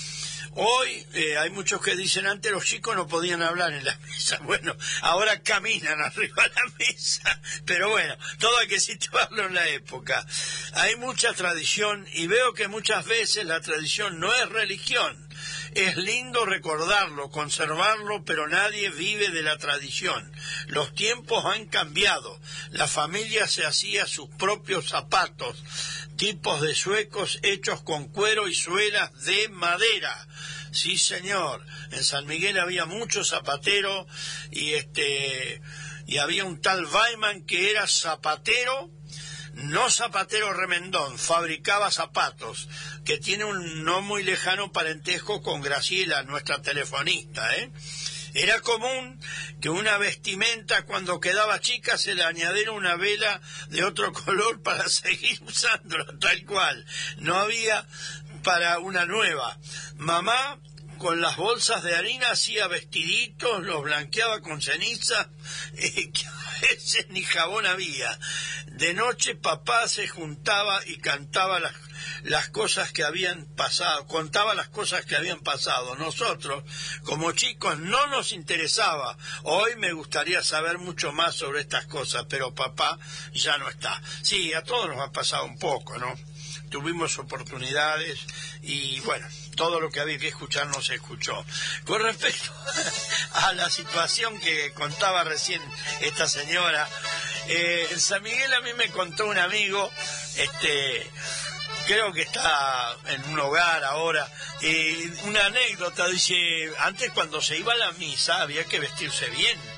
Hoy eh, hay muchos que dicen, antes los chicos no podían hablar en la mesa. Bueno, ahora caminan arriba de la mesa. Pero bueno, todo hay que situarlo en la época. Hay mucha tradición, y veo que muchas veces la tradición no es religión. Es lindo recordarlo, conservarlo, pero nadie vive de la tradición. Los tiempos han cambiado. La familia se hacía sus propios zapatos, tipos de suecos hechos con cuero y suelas de madera. Sí, señor. En San Miguel había muchos zapateros, y este y había un tal Weiman que era zapatero, no zapatero remendón, fabricaba zapatos, que tiene un no muy lejano parentesco con Graciela, nuestra telefonista, ¿eh? Era común que una vestimenta, cuando quedaba chica, se le añadiera una vela de otro color para seguir usándola, tal cual. No había para una nueva. Mamá, con las bolsas de harina, hacía vestiditos, los blanqueaba con ceniza, eh, que a veces ni jabón había. De noche papá se juntaba y cantaba las, las cosas que habían pasado, contaba las cosas que habían pasado. Nosotros, como chicos, no nos interesaba. Hoy me gustaría saber mucho más sobre estas cosas, pero papá ya no está. Sí, a todos nos ha pasado un poco, ¿no? Tuvimos oportunidades y, bueno, todo lo que había que escuchar no se escuchó. Con respecto a la situación que contaba recién esta señora, eh, en San Miguel a mí me contó un amigo, este, creo que está en un hogar ahora, eh, una anécdota, dice, antes cuando se iba a la misa había que vestirse bien.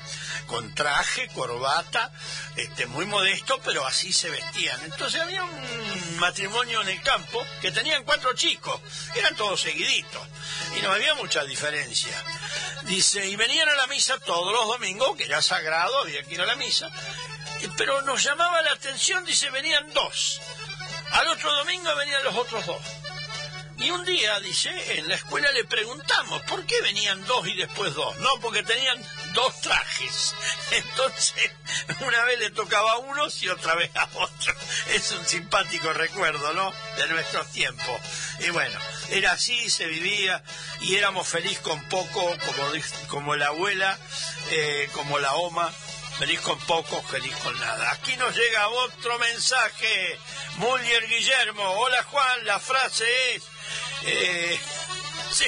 con traje, corbata, este, muy modesto, pero así se vestían. Entonces había un matrimonio en el campo que tenían cuatro chicos, eran todos seguiditos, y no había mucha diferencia. Dice, y venían a la misa todos los domingos, que era sagrado, había que ir a la misa, pero nos llamaba la atención, dice, venían dos. Al otro domingo venían los otros dos. Y un día, dice, en la escuela le preguntamos, ¿por qué venían dos y después dos? No, porque tenían dos trajes. Entonces, una vez le tocaba a unos y otra vez a otros. Es un simpático recuerdo, ¿no?, de nuestros tiempos. Y bueno, era así, se vivía, y éramos feliz con poco, como, como la abuela, eh, como la oma. Feliz con poco, feliz con nada. Aquí nos llega otro mensaje. Muller Guillermo. Hola Juan, la frase es... Eh, sí.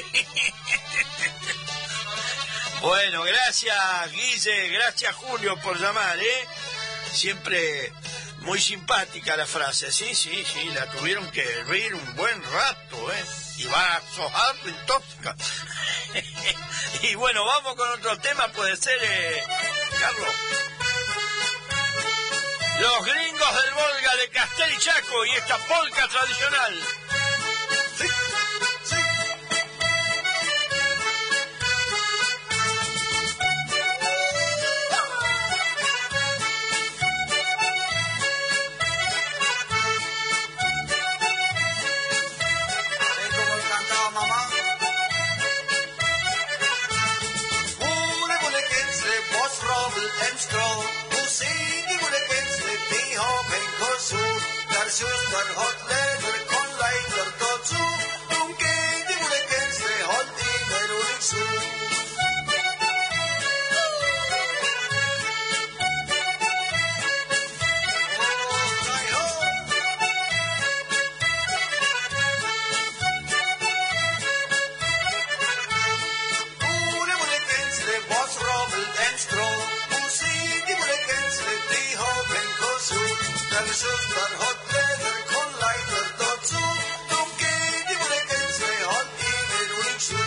Bueno, gracias Guille, gracias Julio por llamar, ¿eh? Siempre muy simpática la frase, sí, sí, sí, la tuvieron que reír un buen rato, ¿eh? Y va a sojar tóxica. Y bueno, vamos con otro tema, puede ser, eh, Carlos. Los Gringos del Volga de Castel y Chaco y esta polca tradicional. Sí, sí. ¿Ves cómo cantaba mamá? Ole ole kensle, vos robbel en strå. Musik i ole kensle, de har pengar så. Där systrar har kläder, kon leider dazu. Dunke i ole kensle, håll i med rolig så. Systrar har kläder, kon leider dazu. Dunke i ole kensle, håll i med rolig så.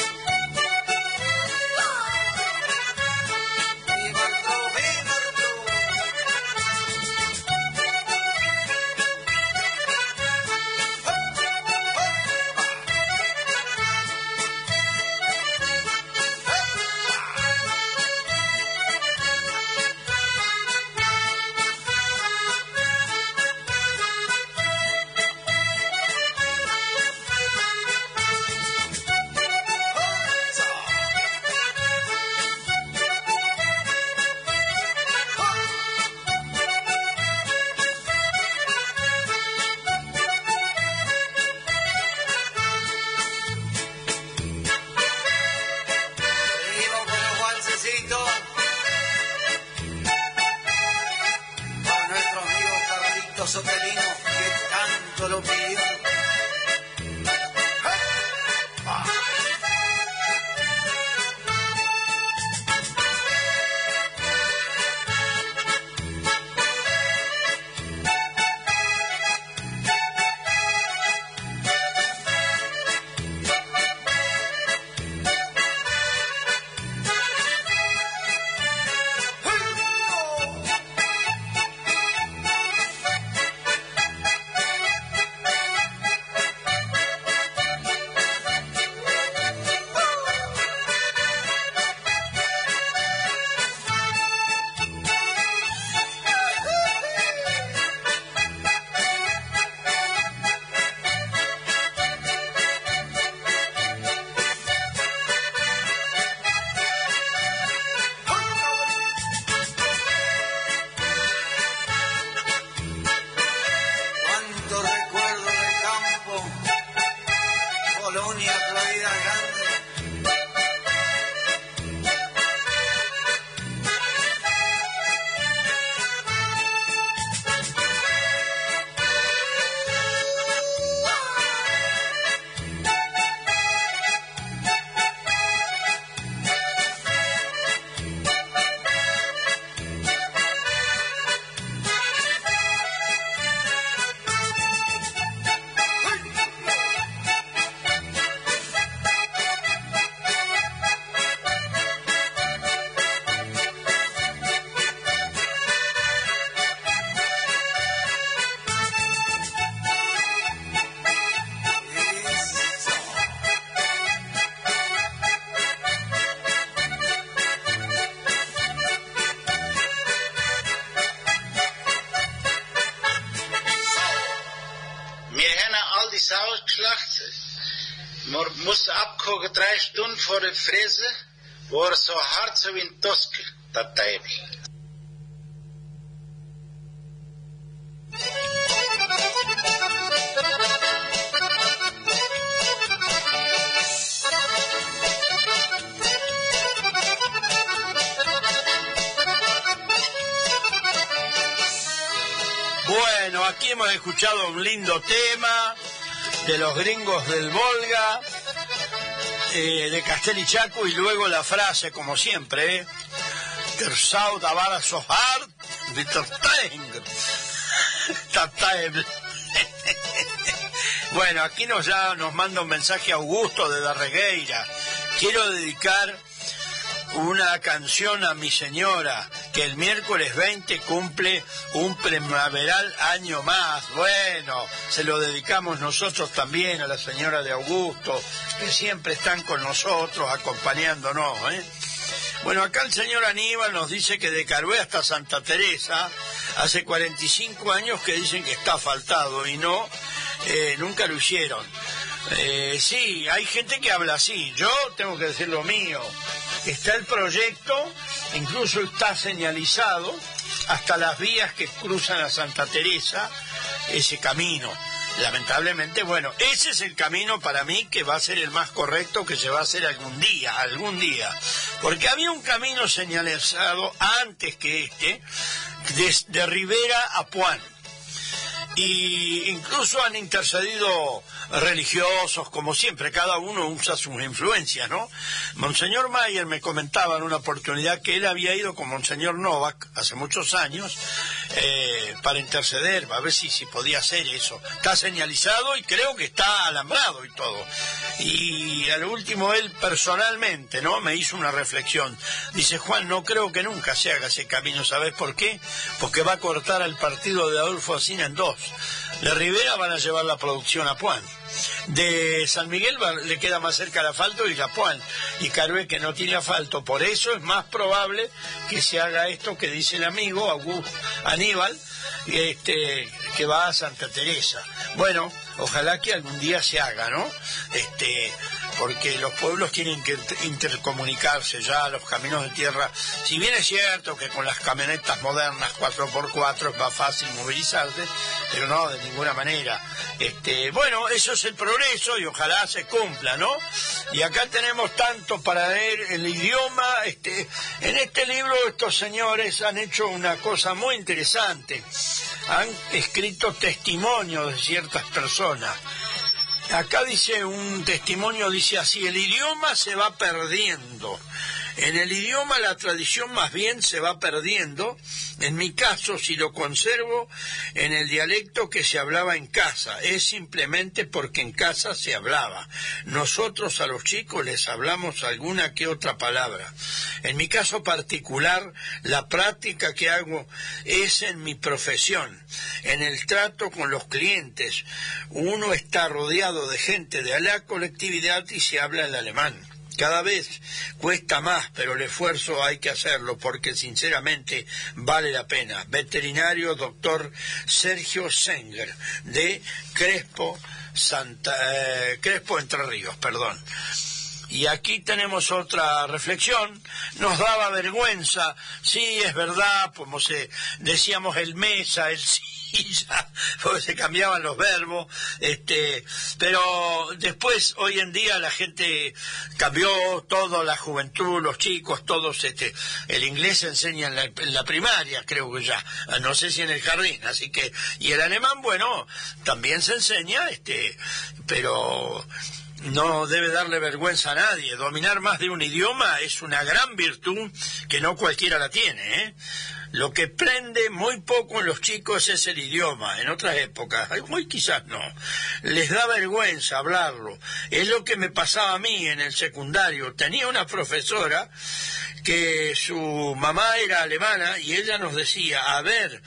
Vi var blå, vi var blå. Sotelino, que tanto lo pidió. nog drei Stunden vor der Fresse, war so hart so wie ein Toske, dat Teibel. Bueno, aquí hemos escuchado un lindo tema de los gringos del Volga, eh, de Castel y Chaco, y luego la frase, como siempre, ¿eh? Der Sau da Vara so hard, de Bueno, aquí nos, ya nos manda un mensaje Augusto de Darregueira. Quiero dedicar una canción a mi señora, que el miércoles veinte cumple un primaveral año más. Bueno, se lo dedicamos nosotros también a la señora de Augusto, que siempre están con nosotros, acompañándonos, ¿eh? Bueno, acá el señor Aníbal nos dice que de Carué hasta Santa Teresa, hace cuarenta y cinco años que dicen que está asfaltado, y no, eh, nunca lo hicieron. Eh, sí, hay gente que habla así, yo tengo que decir lo mío. Está el proyecto, incluso está señalizado hasta las vías que cruzan a Santa Teresa, ese camino. Lamentablemente, bueno, ese es el camino para mí que va a ser el más correcto, que se va a hacer algún día, algún día. Porque había un camino señalizado antes que este, de, de Rivera a Puan. Y incluso han intercedido religiosos, como siempre, cada uno usa sus influencias, ¿no? Monseñor Mayer me comentaba en una oportunidad que él había ido con Monseñor Novak hace muchos años eh, para interceder, a ver si, si podía hacer eso. Está señalizado y creo que está alambrado y todo. Y al último él personalmente, ¿no?, me hizo una reflexión. Dice: Juan, no creo que nunca se haga ese camino. ¿Sabes por qué? Porque va a cortar al partido de Adolfo Alsina en dos. De Rivera van a llevar la producción a Puan. De San Miguel va, le queda más cerca el asfalto y la Puan. Y Carué, que no tiene asfalto. Por eso es más probable que se haga esto que dice el amigo Augusto Aníbal, este, que va a Santa Teresa. Bueno, ojalá que algún día se haga, ¿no? Este, porque los pueblos tienen que intercomunicarse ya, los caminos de tierra. Si bien es cierto que con las camionetas modernas cuatro por cuatro es más fácil movilizarse, pero no, de ninguna manera. Este, bueno, eso es el progreso y ojalá se cumpla, ¿no? Y acá tenemos tanto para leer el idioma. Este, en este libro estos señores han hecho una cosa muy interesante. Han escrito testimonios de ciertas personas. Acá dice un testimonio, dice así: el idioma se va perdiendo. En el idioma la tradición más bien se va perdiendo. En mi caso, si lo conservo en el dialecto que se hablaba en casa, es simplemente porque en casa se hablaba. Nosotros a los chicos les hablamos alguna que otra palabra. En mi caso particular, la práctica que hago es en mi profesión, en el trato con los clientes. Uno está rodeado de gente de la colectividad y se habla el alemán. Cada vez cuesta más, pero el esfuerzo hay que hacerlo porque sinceramente vale la pena. Veterinario doctor Sergio Senger, de Crespo, Santa, eh, Crespo Entre Ríos, perdón. Y aquí tenemos otra reflexión. Nos daba vergüenza, sí, es verdad, como se decíamos el mesa, el silla, porque se cambiaban los verbos, este, pero después, hoy en día, la gente cambió todo, la juventud, los chicos, todos, este, el inglés se enseña en la, en la primaria, creo que ya, no sé si en el jardín, así que, y el alemán, bueno, también se enseña, este, pero no debe darle vergüenza a nadie. Dominar más de un idioma es una gran virtud que no cualquiera la tiene, ¿eh? Lo que prende muy poco en los chicos es el idioma. En otras épocas, hoy quizás no, les da vergüenza hablarlo. Es lo que me pasaba a mí en el secundario. Tenía una profesora que su mamá era alemana y ella nos decía: a ver,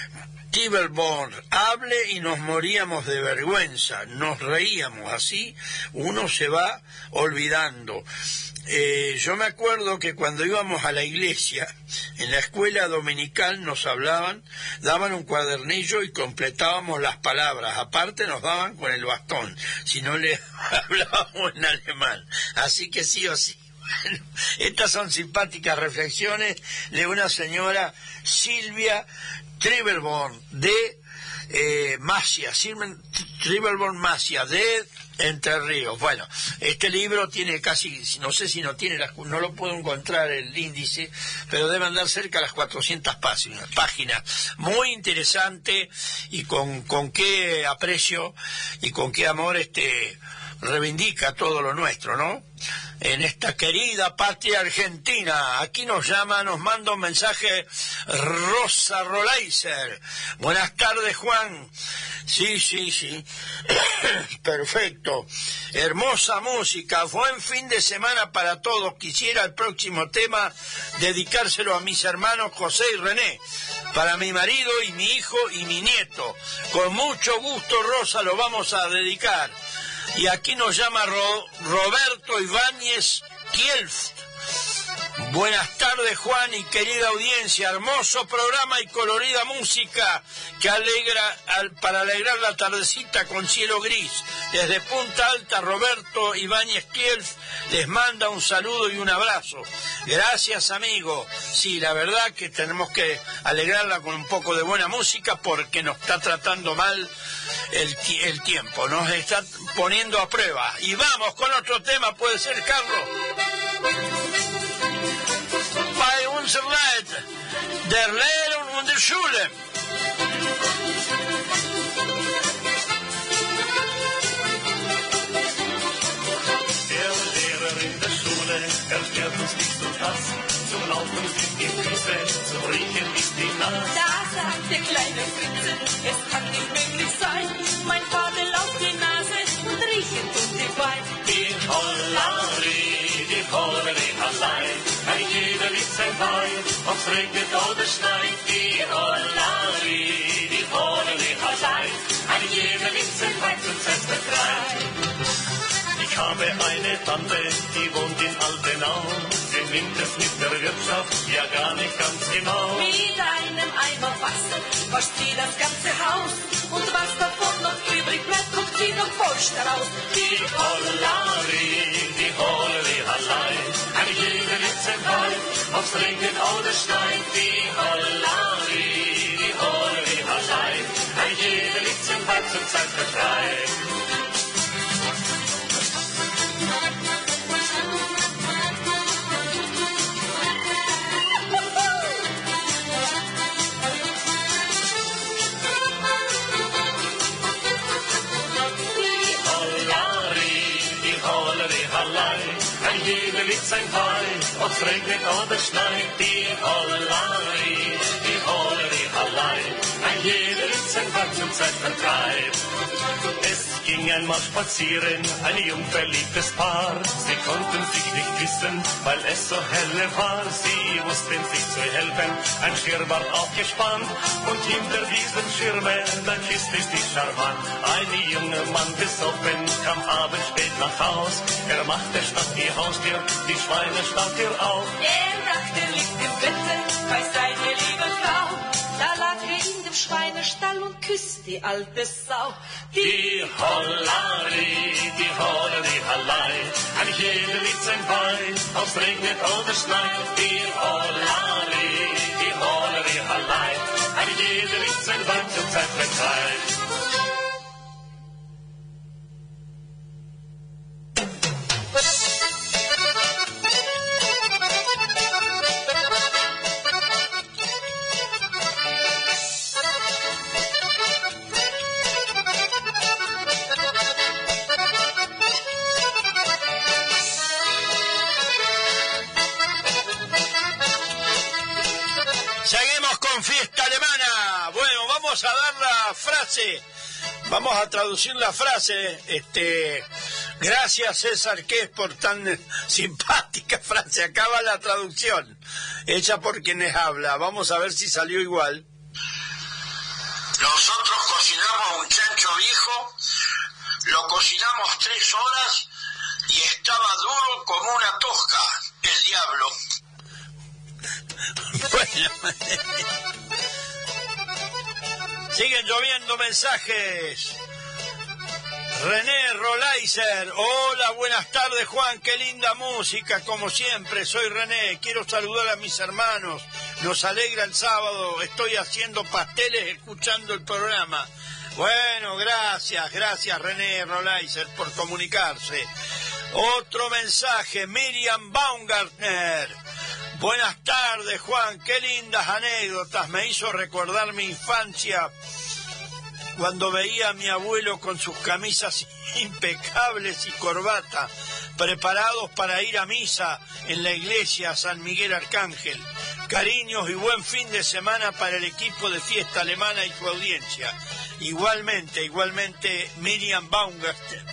Tibelborn, hable, y nos moríamos de vergüenza, nos reíamos. Así uno se va olvidando. eh, yo me acuerdo que cuando íbamos a la iglesia, en la escuela dominical nos hablaban, daban un cuadernillo y completábamos las palabras, aparte nos daban con el bastón, si no le hablábamos en alemán, así que sí o sí. Bueno, estas son simpáticas reflexiones de una señora Silvia Tribelborn de eh, Masia, Silvia Tribelborn Masia de Entre Ríos. Bueno, este libro tiene casi, no sé si no tiene, las, no lo puedo encontrar el índice, pero debe andar cerca de las cuatrocientas páginas. páginas. Muy interesante y con, con qué aprecio y con qué amor este reivindica todo lo nuestro, ¿no? En esta querida patria argentina. Aquí nos llama, nos manda un mensaje Rosa Roleiser. Buenas tardes, Juan. Sí, sí, sí. Perfecto. Hermosa música. Buen fin de semana para todos. Quisiera el próximo tema dedicárselo a mis hermanos José y René, para mi marido y mi hijo y mi nieto. Con mucho gusto, Rosa, lo vamos a dedicar. Y aquí nos llama Ro Roberto Ibáñez Kielft. Buenas tardes, Juan y querida audiencia. Hermoso programa y colorida música que alegra al, para alegrar la tardecita con cielo gris. Desde Punta Alta, Roberto Ibáñez Kielft les manda un saludo y un abrazo. Gracias, amigo. Sí, la verdad que tenemos que alegrarla con un poco de buena música porque nos está tratando mal el, el tiempo. Nos está poniendo a prueba. Y vamos con otro tema, puede ser, Carlos. Bei unser Leid, der Lehrer und der Schule. Der Lehrer in der Schule erklärt uns nicht so das. Zum Laufen sind die Füße, zum Riechen ist die Nase. Da sagt der kleine Fritze, es kann nicht möglich sein. Mein Vater lauft die Nase und riechen tut die Beine. Die Hollari, die Hollari allein. Ein jeder liebt sein Wein, ob's regnet oder schneit. Die Hollari, die Hollari allein. Ein jeder liebt sein Wein zum Festvertreib. Ich habe eine Tante, die wohnt in Altenau. Sie nimmt es mit der Wirtschaft ja gar nicht ganz genau. Mit einem Eimer Wasser wascht sie das ganze Haus. Und was davon noch übrig bleibt, guckt sie noch vollst raus. Die Hollari, die Hollari allein. Eine jede liebt sein Wein, ob's regnet oder schneit. Die Hollari, die Hollari allein. Eine jede liebt sein Wein zum Zeitvertreib. Jeder liebt sein Wein, ob's regnet oder schneit. Die Hollari, die Hollari allein. Ein jeder liebt sein Wein zum Zeitvertreib. Es ging einmal spazieren, ein jung verliebtes Paar. Sie konnten sich nicht küssen, weil es so helle war. Sie wussten sich zu helfen, ein Schirm war aufgespannt. Und hinter diesem Schirme, da küsste sich charmant. Ein junger Mann besoffen, kam abends spät nach Haus. Er machte statt die Haustür, die Schweine stand hier auf. Er dachte, er liegt im Bette bei seiner lieben Frau. Da lag er in dem Schweinestall und küsst die alte Sau. Die Hollari, die Hollari allein. Ein jeder liebt sein Wein, ob's regnet oder schneit. Die Hollari, die Hollari allein. Ein jeder liebt sein Wein zum Zeitvertreib. Vamos a dar la frase, vamos a traducir la frase, este, gracias César que es por tan simpática frase, acaba la traducción, hecha por quienes habla, vamos a ver si salió igual. Nosotros cocinamos un chancho viejo, lo cocinamos tres horas y estaba duro como una tosca, el diablo. Bueno, siguen lloviendo mensajes. René Rolaiser, hola, buenas tardes Juan, qué linda música, como siempre, soy René, quiero saludar a mis hermanos, nos alegra el sábado, estoy haciendo pasteles escuchando el programa. Bueno, gracias, gracias René Rolaiser por comunicarse. Otro mensaje, Miriam Baumgartner, buenas tardes Juan, qué lindas anécdotas, me hizo recordar mi infancia cuando veía a mi abuelo con sus camisas impecables y corbata, preparados para ir a misa en la iglesia San Miguel Arcángel. Cariños y buen fin de semana para el equipo de Fiesta Alemana y su audiencia. Igualmente, igualmente Miriam Baumgartner.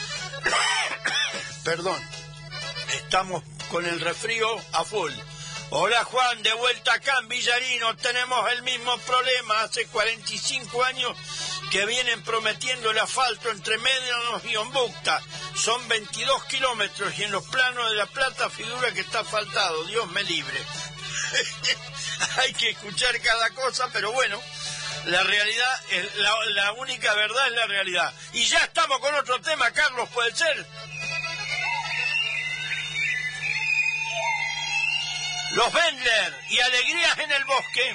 Perdón, estamos con el resfrío a full. Hola Juan, de vuelta acá en Villarino, tenemos el mismo problema, hace cuarenta y cinco años que vienen prometiendo el asfalto entre Médanos y Ombucta, son veintidós kilómetros y en los planos de La Plata figura que está asfaltado, Dios me libre. Hay que escuchar cada cosa, pero bueno, la realidad, es, la, la única verdad es la realidad. Y ya estamos con otro tema, Carlos, ¿puede ser? Los Wendler y Alegrías en el Bosque.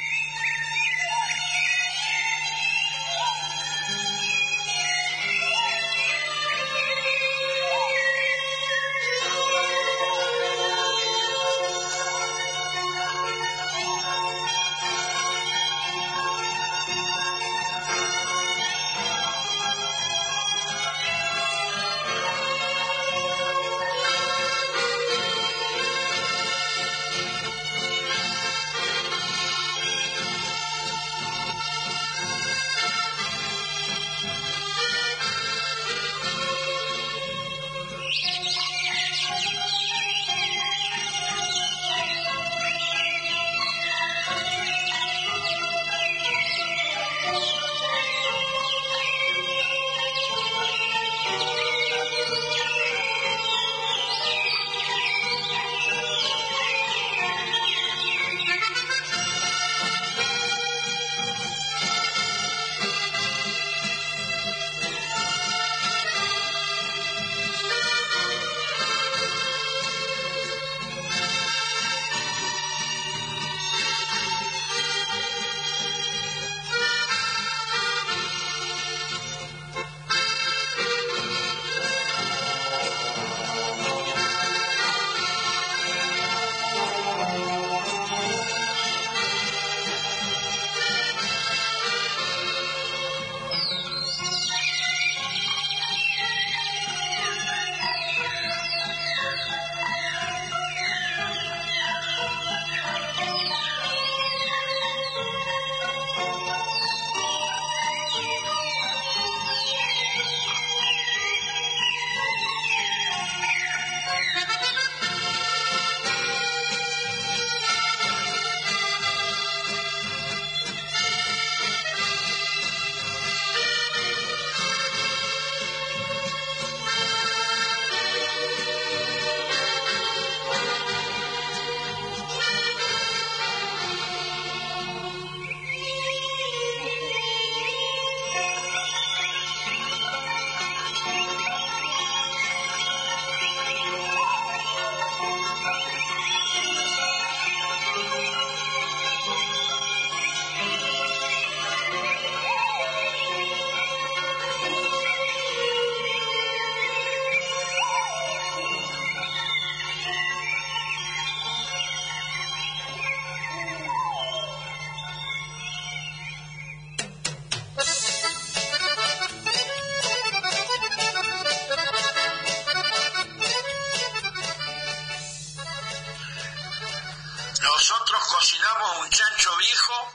Nosotros cocinamos un chancho viejo,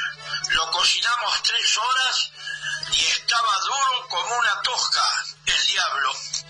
lo cocinamos tres horas y estaba duro como una tosca, el diablo.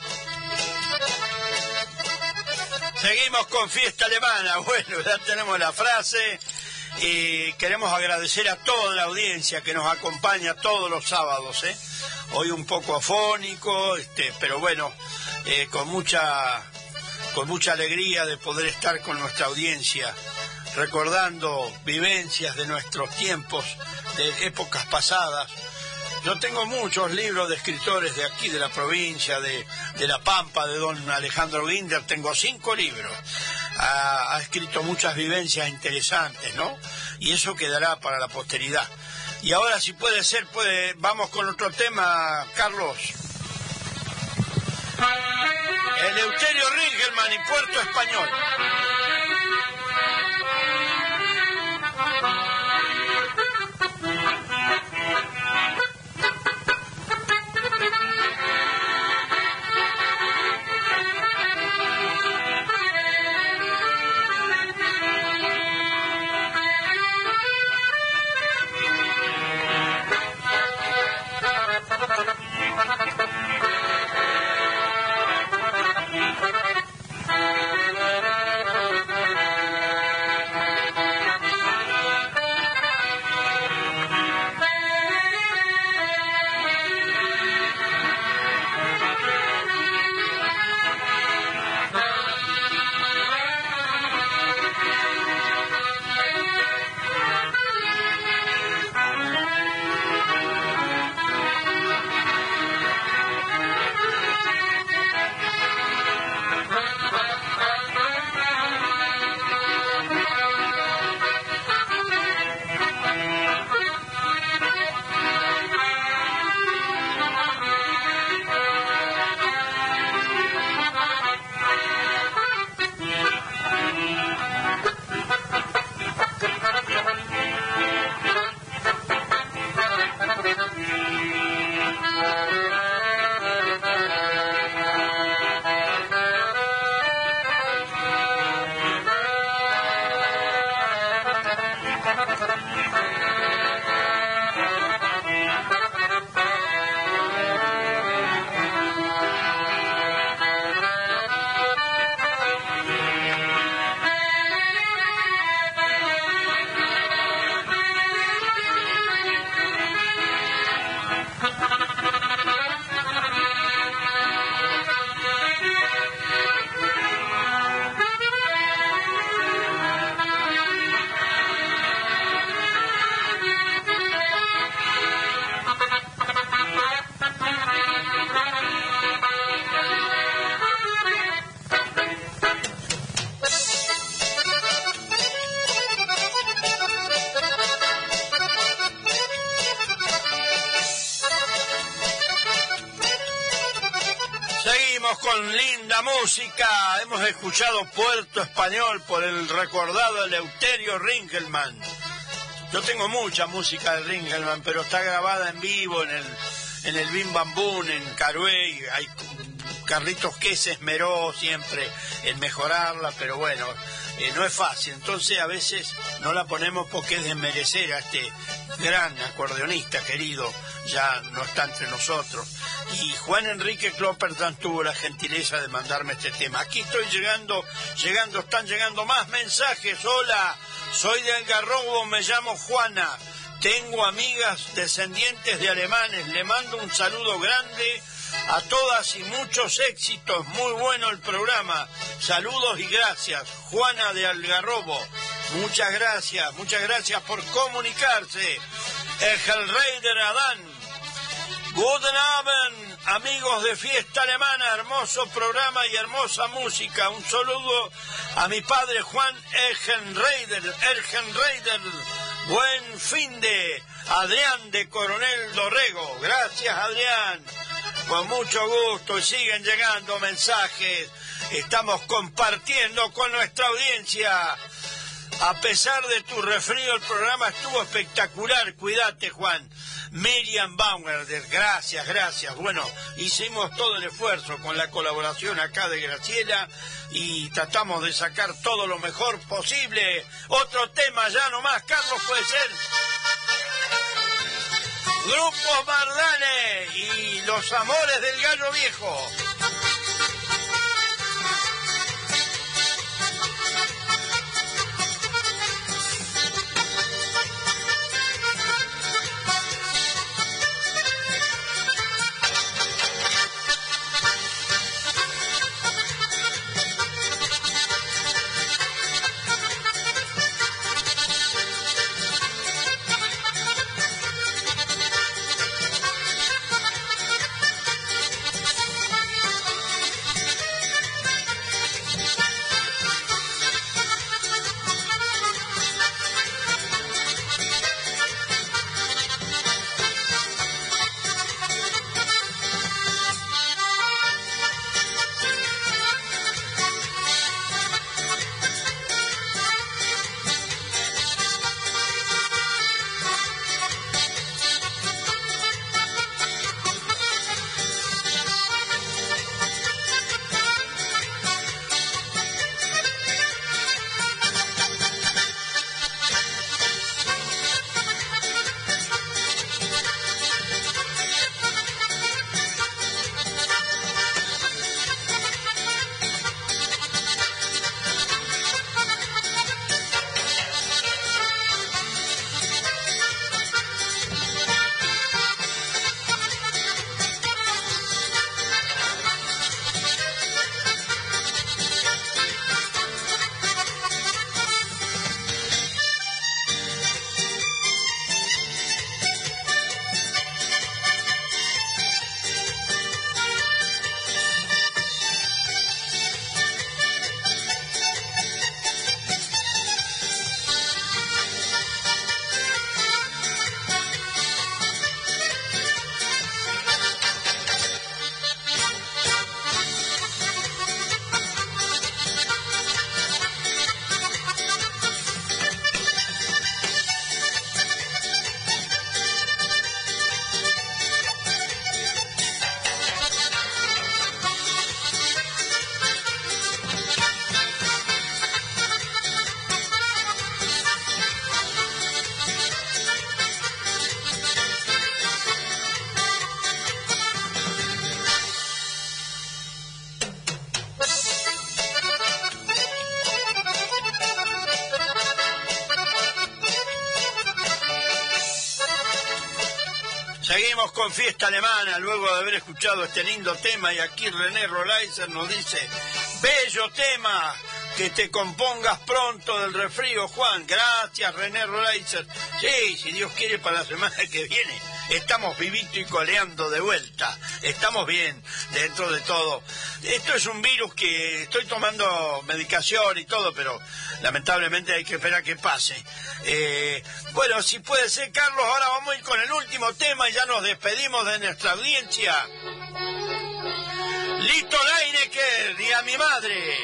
Seguimos con Fiesta Alemana. Bueno, ya tenemos la frase y queremos agradecer a toda la audiencia que nos acompaña todos los sábados, ¿eh? Hoy un poco afónico, este, pero bueno, eh, con mucha, con mucha alegría de poder estar con nuestra audiencia, recordando vivencias de nuestros tiempos, de épocas pasadas. Yo tengo muchos libros de escritores de aquí, de la provincia, de, de La Pampa, de don Alejandro Guinder. Tengo cinco libros. Ha, ha escrito muchas vivencias interesantes, ¿no? Y eso quedará para la posteridad. Y ahora, si puede ser, puede, vamos con otro tema, Carlos. Eleuterio Ringelmann y Puerto Español. Con linda música, hemos escuchado Puerto Español por el recordado Eleuterio Ringelmann. Yo tengo mucha música de Ringelmann, pero está grabada en vivo en el en el Bim Bam Boom, en Caruey. Hay Carlitos que se esmeró siempre en mejorarla, pero bueno, eh, no es fácil. Entonces a veces no la ponemos porque es de merecer a este gran acordeonista querido, ya no está entre nosotros. Y Juan Enrique Clopperton tuvo la gentileza de mandarme este tema. Aquí estoy llegando, llegando, están llegando más mensajes. Hola, soy de Algarrobo, me llamo Juana. Tengo amigas descendientes de alemanes. Le mando un saludo grande a todas y muchos éxitos. Muy bueno el programa. Saludos y gracias. Juana de Algarrobo. Muchas gracias, muchas gracias por comunicarse. El Hellraider Adán. Guten Abend, amigos de Fiesta Alemana, hermoso programa y hermosa música. Un saludo a mi padre Juan Ergenreider, Ergenreider. Buen fin de Adrián de Coronel Dorrego. Gracias, Adrián. Con mucho gusto, y siguen llegando mensajes. Estamos compartiendo con nuestra audiencia. A pesar de tu resfrío, el programa estuvo espectacular. Cuídate, Juan. Miriam Bauer, gracias, gracias. Bueno, hicimos todo el esfuerzo con la colaboración acá de Graciela y tratamos de sacar todo lo mejor posible. Otro tema ya nomás, Carlos, puede ser. Grupo Mardane y Los Amores del Gallo Viejo. Seguimos con Fiesta Alemana, luego de haber escuchado este lindo tema, y aquí René Rolaiser nos dice, bello tema, que te compongas pronto del resfrío, Juan. Gracias, René Rolaiser. Sí, si Dios quiere, para la semana que viene estamos vivito y coleando de vuelta. Estamos bien, dentro de todo. Esto es un virus que estoy tomando medicación y todo, pero lamentablemente hay que esperar que pase. Eh, bueno, si puede ser, Carlos, ahora vamos a ir con el último tema y ya nos despedimos de nuestra audiencia. Lito Leinecker y a mi madre.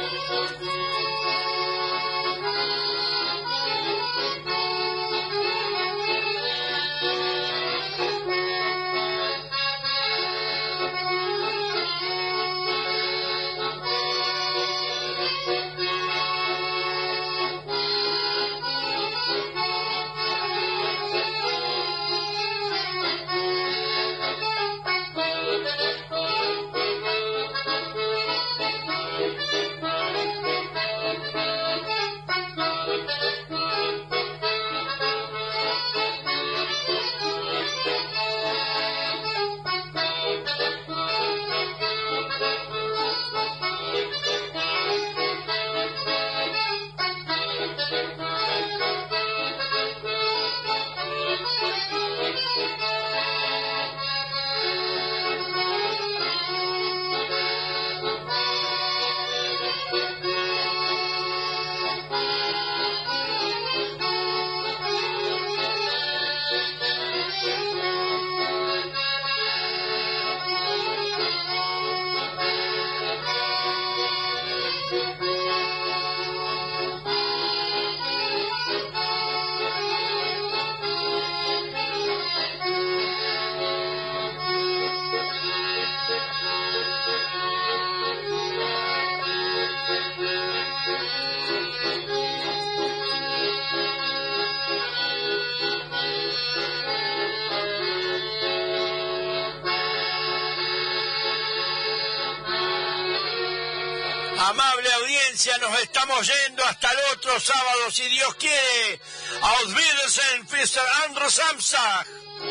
Amable audiencia, nos estamos yendo hasta el otro sábado, si Dios quiere. Auf Wiedersehen, Mister Andrew Samstag.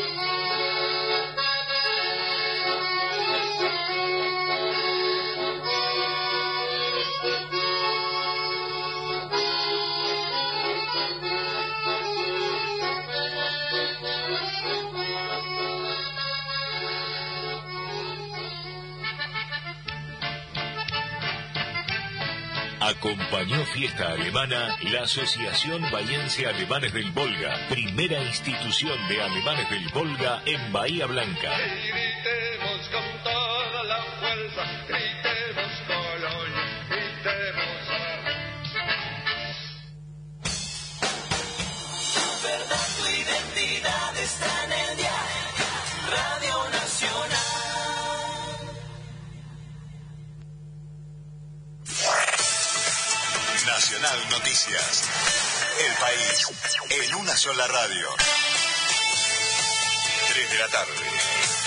Acompañó Fiesta Alemana la Asociación Bahiense Alemanes del Volga, primera institución de alemanes del Volga en Bahía Blanca. Y gritemos con toda la fuerza, gritemos Colonia, gritemos. Tu verdad, tu identidad está en el diario Radio Nacional. Nacional Noticias. El país en una sola radio. tres de la tarde.